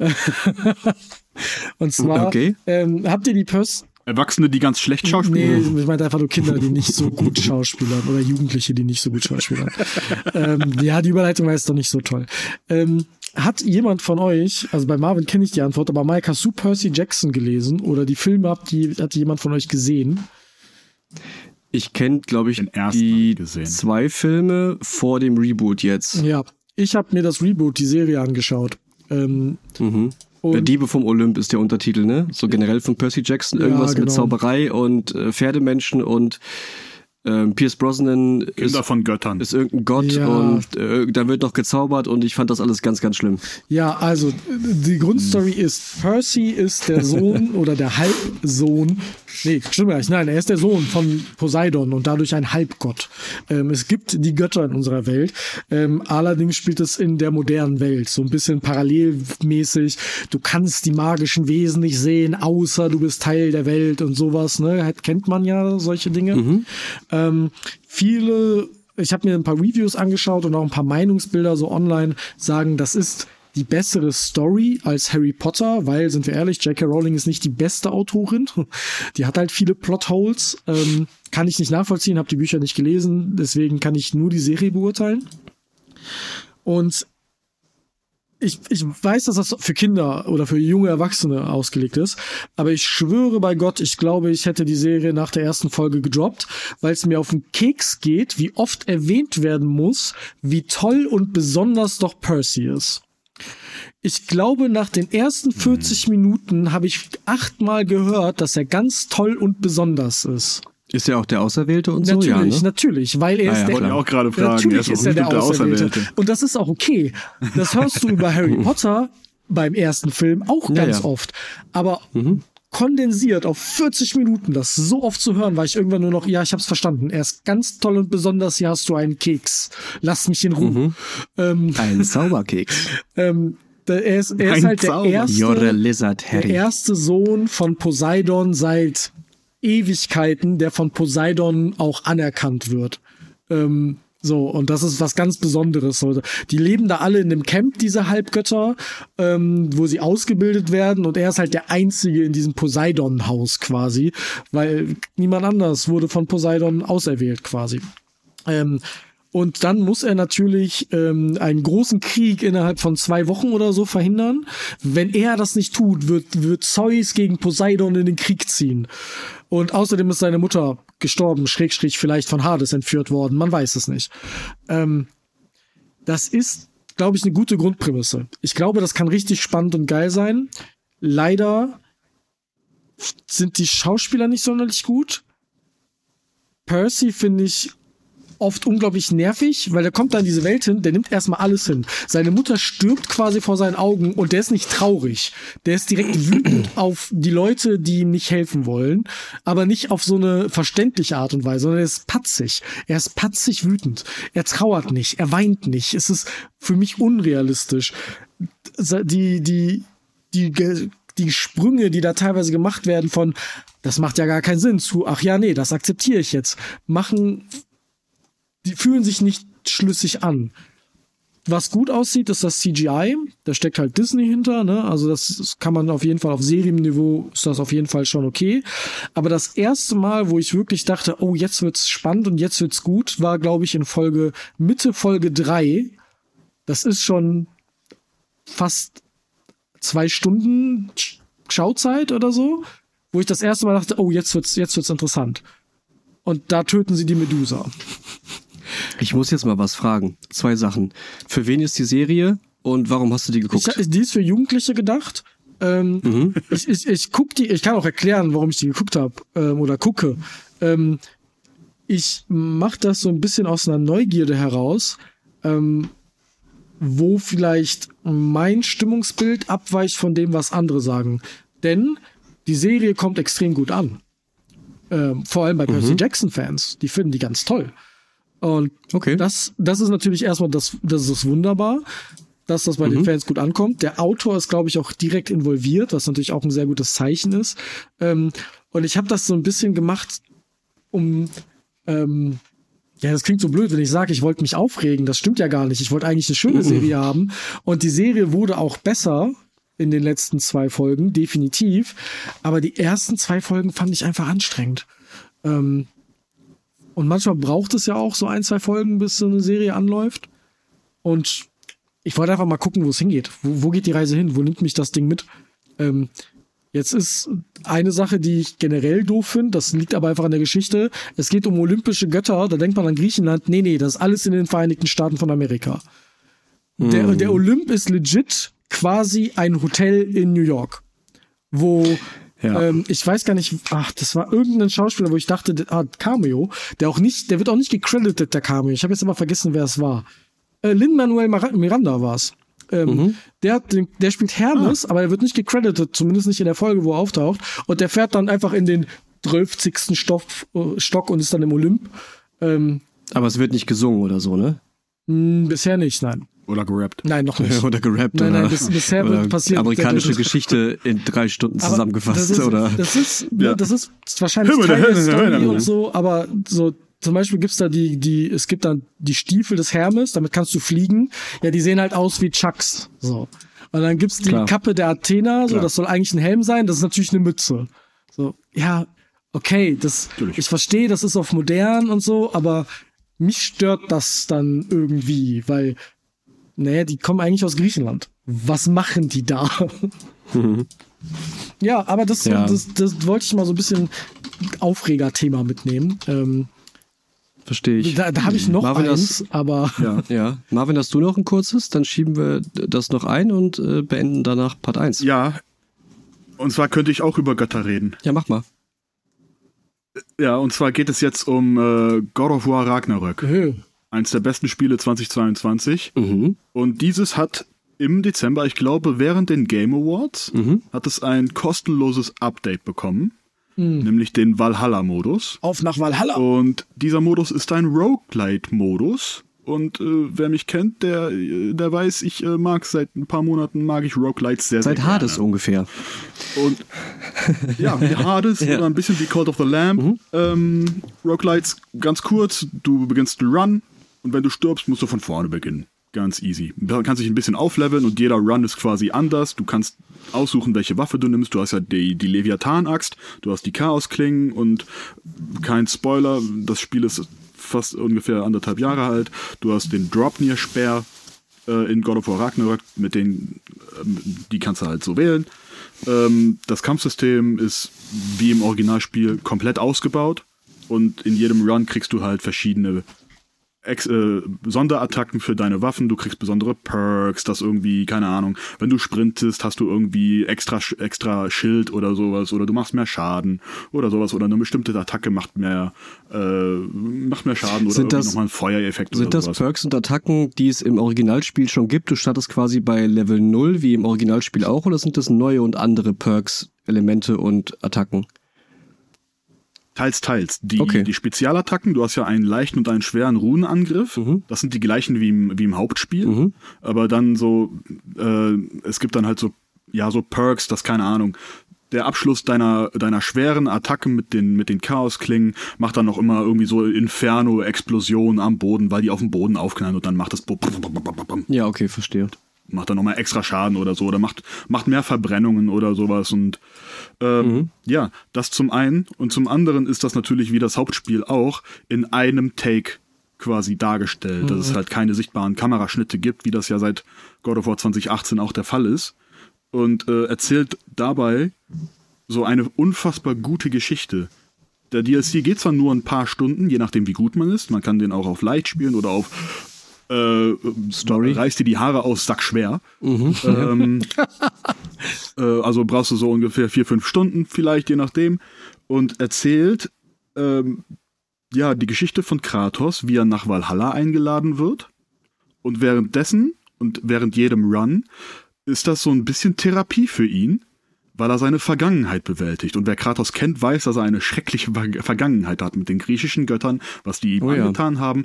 Und zwar, habt ihr die Erwachsene, die ganz schlecht schauspielern? Nee, ich meinte einfach nur Kinder, die nicht so gut schauspielern oder Jugendliche, die nicht so gut schauspielern. Ja, die Überleitung war jetzt doch nicht so toll. Hat jemand von euch, also bei Marvin kenne ich die Antwort, aber Mike, hast du Percy Jackson gelesen oder die Filme hat jemand von euch gesehen? Ich kenne, glaube ich, die 2 Filme vor dem Reboot jetzt. Ja, ich habe mir das Reboot, die Serie angeschaut. Diebe vom Olymp ist der Untertitel, ne? So generell von Percy Jackson, irgendwas mit Zauberei und Pferdemenschen und Pierce Brosnan Kinder von Göttern. ist irgendein Gott und da wird noch gezaubert und ich fand das alles ganz, ganz schlimm. Ja, also die Grundstory ist, Percy ist der Sohn oder der Halbsohn, stimmt gar nicht, nein, er ist der Sohn von Poseidon und dadurch ein Halbgott. Es gibt die Götter in unserer Welt, allerdings spielt es in der modernen Welt, so ein bisschen parallelmäßig. Du kannst die magischen Wesen nicht sehen, außer du bist Teil der Welt und sowas, ne? Kennt man ja solche Dinge. Ich habe mir ein paar Reviews angeschaut und auch ein paar Meinungsbilder so online, sagen, das ist die bessere Story als Harry Potter, weil, sind wir ehrlich, J.K. Rowling ist nicht die beste Autorin. Die hat halt viele Plotholes. Kann ich nicht nachvollziehen, habe die Bücher nicht gelesen, deswegen kann ich nur die Serie beurteilen. Und ich weiß, dass das für Kinder oder für junge Erwachsene ausgelegt ist, aber ich schwöre bei Gott, ich glaube, ich hätte die Serie nach der ersten Folge gedroppt, weil es mir auf den Keks geht, wie oft erwähnt werden muss, wie toll und besonders doch Percy ist. Ich glaube, nach den ersten 40 Minuten habe ich 8-mal gehört, dass er ganz toll und besonders ist. Ist er auch der Auserwählte und natürlich, so? Ja, ne? Natürlich, weil er ist der... Wollte ich auch gerade fragen. Natürlich ist er der Auserwählte. Und das ist auch okay. Das hörst du über Harry Potter beim ersten Film auch ganz oft. Aber kondensiert auf 40 Minuten, das so oft zu hören, war ich irgendwann nur noch, ja, ich hab's verstanden. Er ist ganz toll und besonders, hier hast du einen Keks. Lass mich in Ruhe. Ein Zauberkeks. Er ist halt der erste Sohn von Poseidon seit Ewigkeiten, der von Poseidon auch anerkannt wird. Und das ist was ganz Besonderes. So, die leben da alle in dem Camp, diese Halbgötter, wo sie ausgebildet werden und er ist halt der Einzige in diesem Poseidon-Haus quasi, weil niemand anders wurde von Poseidon auserwählt quasi. Und dann muss er natürlich einen großen Krieg innerhalb von 2 Wochen oder so verhindern. Wenn er das nicht tut, wird Zeus gegen Poseidon in den Krieg ziehen. Und außerdem ist seine Mutter gestorben, / vielleicht von Hades entführt worden. Man weiß es nicht. Das ist, glaube ich, eine gute Grundprämisse. Ich glaube, das kann richtig spannend und geil sein. Leider sind die Schauspieler nicht sonderlich gut. Percy finde ich oft unglaublich nervig, weil der kommt da in diese Welt hin, der nimmt erstmal alles hin. Seine Mutter stirbt quasi vor seinen Augen und der ist nicht traurig. Der ist direkt wütend auf die Leute, die ihm nicht helfen wollen, aber nicht auf so eine verständliche Art und Weise, sondern er ist patzig. Er ist patzig wütend. Er trauert nicht, er weint nicht. Es ist für mich unrealistisch. Die Sprünge, die da teilweise gemacht werden von, das macht ja gar keinen Sinn, zu, ach ja, nee, das akzeptiere ich jetzt, die fühlen sich nicht schlüssig an. Was gut aussieht, ist das CGI. Da steckt halt Disney hinter, ne? Also das kann man auf jeden Fall auf Serienniveau, ist das auf jeden Fall schon okay. Aber das erste Mal, wo ich wirklich dachte, oh, jetzt wird's spannend und jetzt wird's gut, war, glaube ich, in Mitte Folge 3. Das ist schon fast 2 Stunden Schauzeit oder so, wo ich das erste Mal dachte, oh, jetzt wird's interessant. Und da töten sie die Medusa. Ich muss jetzt mal was fragen. 2 Sachen. Für wen ist die Serie und warum hast du die geguckt? Die ist für Jugendliche gedacht. Ich guck die, ich kann auch erklären, warum ich die geguckt habe oder gucke. Ich mache das so ein bisschen aus einer Neugierde heraus, wo vielleicht mein Stimmungsbild abweicht von dem, was andere sagen. Denn die Serie kommt extrem gut an. Vor allem bei Percy Jackson-Fans. Die finden die ganz toll. Und das ist natürlich erstmal, das ist wunderbar, dass das bei den Fans gut ankommt. Der Autor ist, glaube ich, auch direkt involviert, was natürlich auch ein sehr gutes Zeichen ist. Und ich habe das so ein bisschen gemacht, das klingt so blöd, wenn ich sage, ich wollte mich aufregen. Das stimmt ja gar nicht. Ich wollte eigentlich eine schöne Serie haben. Und die Serie wurde auch besser in den letzten 2 Folgen, definitiv. Aber die ersten 2 Folgen fand ich einfach anstrengend. Und manchmal braucht es ja auch so 1, 2 Folgen, bis so eine Serie anläuft. Und ich wollte einfach mal gucken, wo es hingeht. Wo geht die Reise hin? Wo nimmt mich das Ding mit? Jetzt ist eine Sache, die ich generell doof finde, das liegt aber einfach an der Geschichte. Es geht um olympische Götter, da denkt man an Griechenland. Nee, das ist alles in den Vereinigten Staaten von Amerika. Der Olymp ist legit quasi ein Hotel in New York, wo Ja. Ich weiß gar nicht, das war irgendein Schauspieler, wo ich dachte, Cameo, der wird auch nicht gecredited, der Cameo. Ich habe jetzt aber vergessen, wer es war. Lin-Manuel Miranda war es. Der spielt Hermes, aber er wird nicht gecredited, zumindest nicht in der Folge, wo er auftaucht. Und der fährt dann einfach in den 12. Stock und ist dann im Olymp. Aber es wird nicht gesungen oder so, ne? Bisher nicht, nein. Oder gerappt. Nein, noch nicht. Oder gerappt. Nein, bisher oder wird passiert. Amerikanische Geschichte in 3 Stunden zusammengefasst, das ist wahrscheinlich Teil der Story und so, aber so, zum Beispiel gibt's da es gibt dann die Stiefel des Hermes, damit kannst du fliegen. Ja, die sehen halt aus wie Chucks, so. Und dann gibt's die Kappe der Athena, so, das soll eigentlich ein Helm sein, das ist natürlich eine Mütze. So, ja, okay, ich verstehe, das ist auf modern und so, aber mich stört das dann irgendwie, weil, die kommen eigentlich aus Griechenland. Was machen die da? Ja, aber das wollte ich mal so ein bisschen Aufregerthema mitnehmen. Verstehe ich. Da habe ich noch Marvin, eins, aber... Ja. Marvin, hast du noch ein kurzes? Dann schieben wir das noch ein und beenden danach Part 1. Ja, und zwar könnte ich auch über Götter reden. Ja, mach mal. Ja, und zwar geht es jetzt um God of War Ragnarök. Eins der besten Spiele 2022. Und dieses hat im Dezember, ich glaube während den Game Awards, hat es ein kostenloses Update bekommen. Nämlich den Valhalla-Modus. Auf nach Valhalla! Und dieser Modus ist ein Roguelite-Modus. Und wer mich kennt, der weiß, ich mag seit ein paar Monaten Roguelites sehr, sehr gerne. Seit Hades ungefähr. Und ja, wie Hades oder ein bisschen wie Cult of the Lamb. Roguelites, ganz kurz, du beginnst einen Run und wenn du stirbst, musst du von vorne beginnen. Ganz easy. Du kannst dich ein bisschen aufleveln und jeder Run ist quasi anders. Du kannst aussuchen, welche Waffe du nimmst. Du hast ja die Leviathan-Axt, du hast die Chaos-Klingen und kein Spoiler, das Spiel ist fast ungefähr 1,5 Jahre alt. Du hast den Dropnir-Speer in God of War Ragnarök, die kannst du halt so wählen. Das Kampfsystem ist wie im Originalspiel komplett ausgebaut und in jedem Run kriegst du halt verschiedene Sonderattacken für deine Waffen, du kriegst besondere Perks, das irgendwie, keine Ahnung, wenn du sprintest, hast du irgendwie extra Schild oder sowas, oder du machst mehr Schaden oder sowas, oder eine bestimmte Attacke macht mehr Schaden oder irgendwie nochmal einen Feuereffekt oder sowas. Sind das Perks und Attacken, die es im Originalspiel schon gibt? Du startest quasi bei Level 0 wie im Originalspiel auch, oder sind das neue und andere Perks, Elemente und Attacken? Teils. Die Spezialattacken, du hast ja einen leichten und einen schweren Runenangriff. Das sind die gleichen wie im Hauptspiel. Aber dann so, es gibt dann halt so Perks, das keine Ahnung. Der Abschluss deiner schweren Attacke mit den Chaos-Klingen macht dann noch immer irgendwie so Inferno-Explosionen am Boden, weil die auf dem Boden aufknallen und dann macht das Ja, okay, verstehe. Macht dann nochmal extra Schaden oder so, oder macht mehr Verbrennungen oder sowas und ja, das zum einen und zum anderen ist das natürlich wie das Hauptspiel auch in einem Take quasi dargestellt, dass es halt keine sichtbaren Kameraschnitte gibt, wie das ja seit God of War 2018 auch der Fall ist und erzählt dabei so eine unfassbar gute Geschichte. Der DLC geht zwar nur ein paar Stunden, je nachdem wie gut man ist, man kann den auch auf Leicht spielen oder auf Story. Reißt dir die Haare aus, sackschwer. Also brauchst du so ungefähr 4-5 Stunden vielleicht, je nachdem. Und erzählt die Geschichte von Kratos, wie er nach Valhalla eingeladen wird. Und währenddessen und während jedem Run ist das so ein bisschen Therapie für ihn, weil er seine Vergangenheit bewältigt. Und wer Kratos kennt, weiß, dass er eine schreckliche Vergangenheit hat mit den griechischen Göttern, was die ihm angetan haben,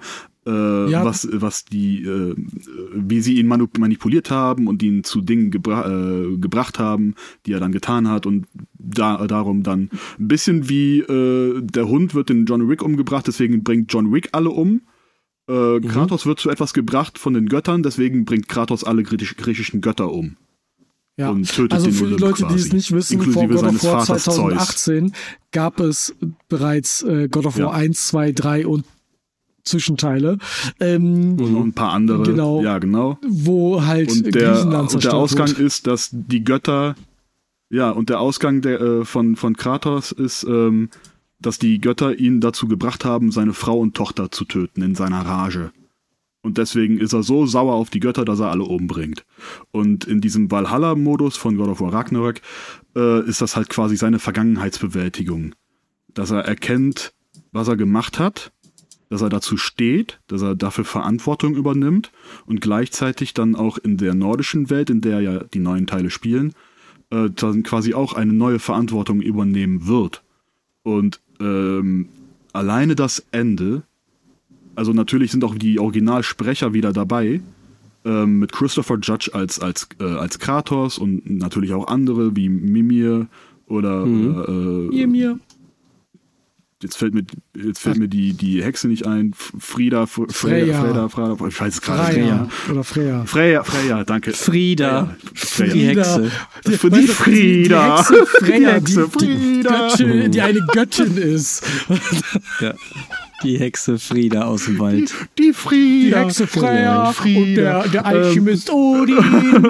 wie sie ihn manipuliert haben und ihn zu Dingen gebracht haben, die er dann getan hat. Und darum dann ein bisschen wie der Hund wird in John Wick umgebracht, deswegen bringt John Wick alle um. Kratos wird zu etwas gebracht von den Göttern, deswegen bringt Kratos alle griechischen Götter um. Ja, und tötet also für den die Leute, die es nicht wissen, vor God of War Vaters 2018 gab es bereits God of War 1, 2, 3 und Zwischenteile. Und ein paar andere. Genau. Ja, genau. Wo halt Griechenland zerstört der Ausgang wird. ist, dass die Götter, und der Ausgang von Kratos ist, dass die Götter ihn dazu gebracht haben, seine Frau und Tochter zu töten in seiner Rage. Und deswegen ist er so sauer auf die Götter, dass er alle umbringt. Und in diesem Valhalla-Modus von God of War Ragnarök ist das halt quasi seine Vergangenheitsbewältigung. Dass er erkennt, was er gemacht hat, dass er dazu steht, dass er dafür Verantwortung übernimmt und gleichzeitig dann auch in der nordischen Welt, in der ja die neuen Teile spielen, dann quasi auch eine neue Verantwortung übernehmen wird. Und alleine das Ende, also natürlich sind auch die Originalsprecher wieder dabei, mit Christopher Judge als Kratos und natürlich auch andere wie Mimir oder Mimir. Jetzt fällt mir die Hexe nicht ein. Freya. Ich weiß es gerade nicht. Oder Freya. Freya, danke. Freya. Die Hexe. Die Frieda. Die Hexe Freya, die eine Göttin ist. Ja. Die Hexe Frieda aus dem Wald. Die Frieda. Die Hexe Freya und der Alchemist Odin.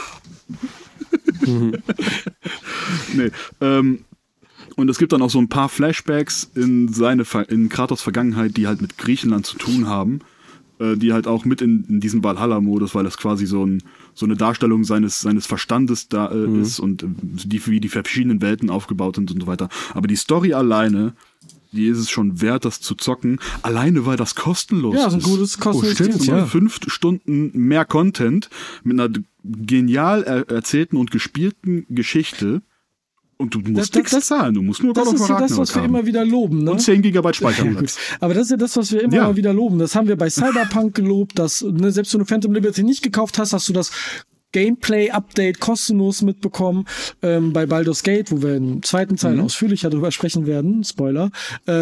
Nee, und es gibt dann auch so ein paar Flashbacks in Kratos' Vergangenheit, die halt mit Griechenland zu tun haben, die halt auch mit in diesem Valhalla-Modus, weil das quasi so eine Darstellung seines Verstandes da ist und wie die verschiedenen Welten aufgebaut sind und so weiter. Aber die Story alleine, die ist es schon wert, das zu zocken, alleine weil das kostenlos ist. Ja, so ein gutes kostenloses Stimmt, 5 Stunden mehr Content mit einer genial erzählten und gespielten Geschichte. Und du musst nichts zahlen, du musst nur God of War Ragnarök haben. Das ist ja das, was wir immer wieder loben. Ne? Und 10 GB Speicherplatz. Aber das ist ja das, was wir immer wieder loben. Das haben wir bei Cyberpunk gelobt, dass selbst wenn du Phantom Liberty nicht gekauft hast, hast du das Gameplay-Update kostenlos mitbekommen. Bei Baldur's Gate, wo wir im zweiten Teil ausführlicher darüber sprechen werden, Spoiler,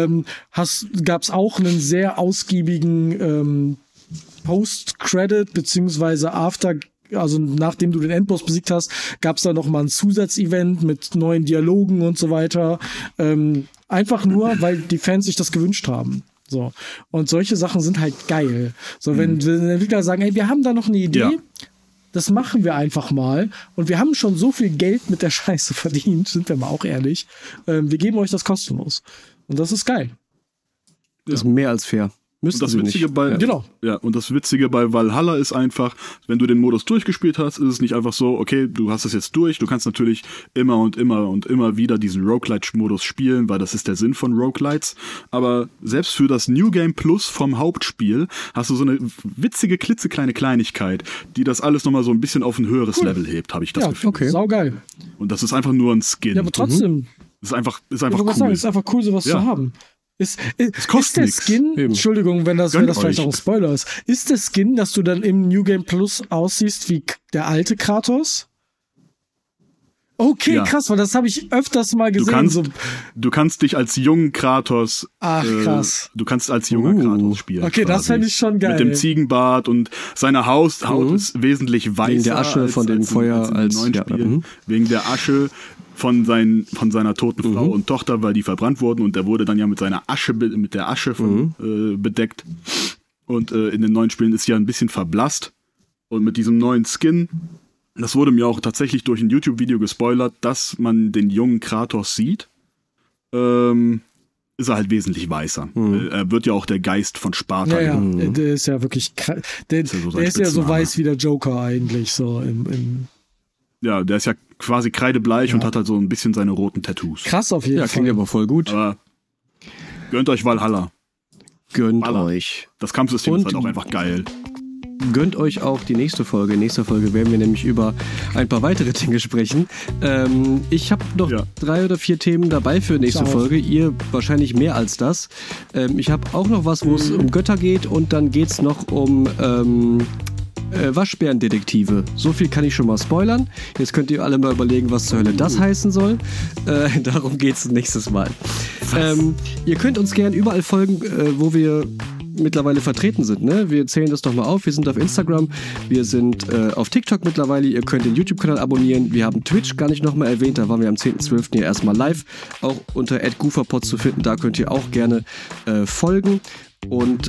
gab's auch einen sehr ausgiebigen Post-Credit beziehungsweise also nachdem du den Endboss besiegt hast, gab's da noch mal ein Zusatzevent mit neuen Dialogen und so weiter. Einfach nur, weil die Fans sich das gewünscht haben. So. Und solche Sachen sind halt geil. So, wenn Entwickler sagen, ey, wir haben da noch eine Idee, das machen wir einfach mal. Und wir haben schon so viel Geld mit der Scheiße verdient, sind wir mal auch ehrlich. Wir geben euch das kostenlos. Und das ist geil. Das ist mehr als fair. Und das Witzige bei Valhalla ist einfach, wenn du den Modus durchgespielt hast, ist es nicht einfach so, okay, du hast es jetzt durch, du kannst natürlich immer und immer wieder diesen Roguelite-Modus spielen, weil das ist der Sinn von Roguelites, aber selbst für das New Game Plus vom Hauptspiel hast du so eine witzige, klitzekleine Kleinigkeit, die das alles nochmal so ein bisschen auf ein höheres Level hebt, habe ich das Gefühl. Okay. Saugeil. Und das ist einfach nur ein Skin. Ja, aber trotzdem. Ist einfach cool. Sagen, ist einfach cool, sowas zu haben. Ist der Skin, eben. Entschuldigung, wenn das vielleicht auch ein Spoiler ist der Skin, dass du dann im New Game Plus aussiehst wie der alte Kratos? Okay, krass, weil das habe ich öfters mal gesehen. Du kannst dich als jungen Kratos krass. Du kannst als junger Kratos spielen. Okay, quasi. Das fände ich schon geil. Mit dem Ziegenbart und seine Haut ist wesentlich weißer. Wegen der Asche von dem Feuer als neuen Spielen. Wegen der Asche von seiner toten Frau und Tochter, weil die verbrannt wurden und der wurde dann ja mit der Asche bedeckt. Und in den neuen Spielen ist sie ja ein bisschen verblasst. Und mit diesem neuen Skin, das wurde mir auch tatsächlich durch ein YouTube-Video gespoilert, dass man den jungen Kratos sieht, ist er halt wesentlich weißer. Er wird ja auch der Geist von Sparta. Ja, der ist ja wirklich der ist ja so weiß wie der Joker eigentlich. So Ja, der ist ja quasi kreidebleich und hat halt so ein bisschen seine roten Tattoos. Krass auf jeden Fall. Ja, klingt aber voll gut. Aber gönnt euch Valhalla. Gönnt euch. Das Kampfsystem ist halt auch einfach geil. Gönnt euch auch die nächste Folge. In nächster Folge werden wir nämlich über ein paar weitere Dinge sprechen. Ich habe noch 3 oder 4 Themen dabei für nächste Folge. Ihr wahrscheinlich mehr als das. Ich habe auch noch was, wo es um Götter geht und dann geht es noch um Waschbärendetektive. So viel kann ich schon mal spoilern. Jetzt könnt ihr alle mal überlegen, was zur Hölle das heißen soll. Darum geht es nächstes Mal. Ihr könnt uns gern überall folgen, wo wir mittlerweile vertreten sind. Ne? Wir zählen das doch mal auf. Wir sind auf Instagram, wir sind auf TikTok mittlerweile. Ihr könnt den YouTube-Kanal abonnieren. Wir haben Twitch gar nicht nochmal erwähnt. Da waren wir am 10.12. ja erstmal live. Auch unter @gooferpod zu finden. Da könnt ihr auch gerne folgen. Und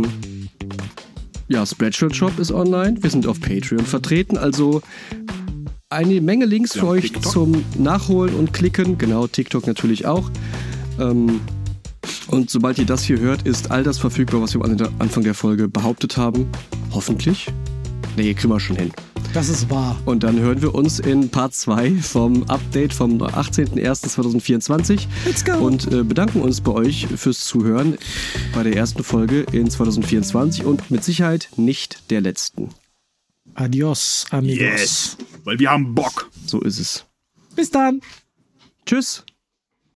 Spreadshirt Shop ist online. Wir sind auf Patreon vertreten. Also eine Menge Links für euch zum Nachholen und Klicken. Genau, TikTok natürlich auch. Und sobald ihr das hier hört, ist all das verfügbar, was wir am Anfang der Folge behauptet haben. Hoffentlich. Nee, kriegen wir schon hin. Das ist wahr. Und dann hören wir uns in Part 2 vom Update vom 18.01.2024. Let's go! Und bedanken uns bei euch fürs Zuhören bei der ersten Folge in 2024 und mit Sicherheit nicht der letzten. Adios, amigos. Yes, weil wir haben Bock. So ist es. Bis dann. Tschüss.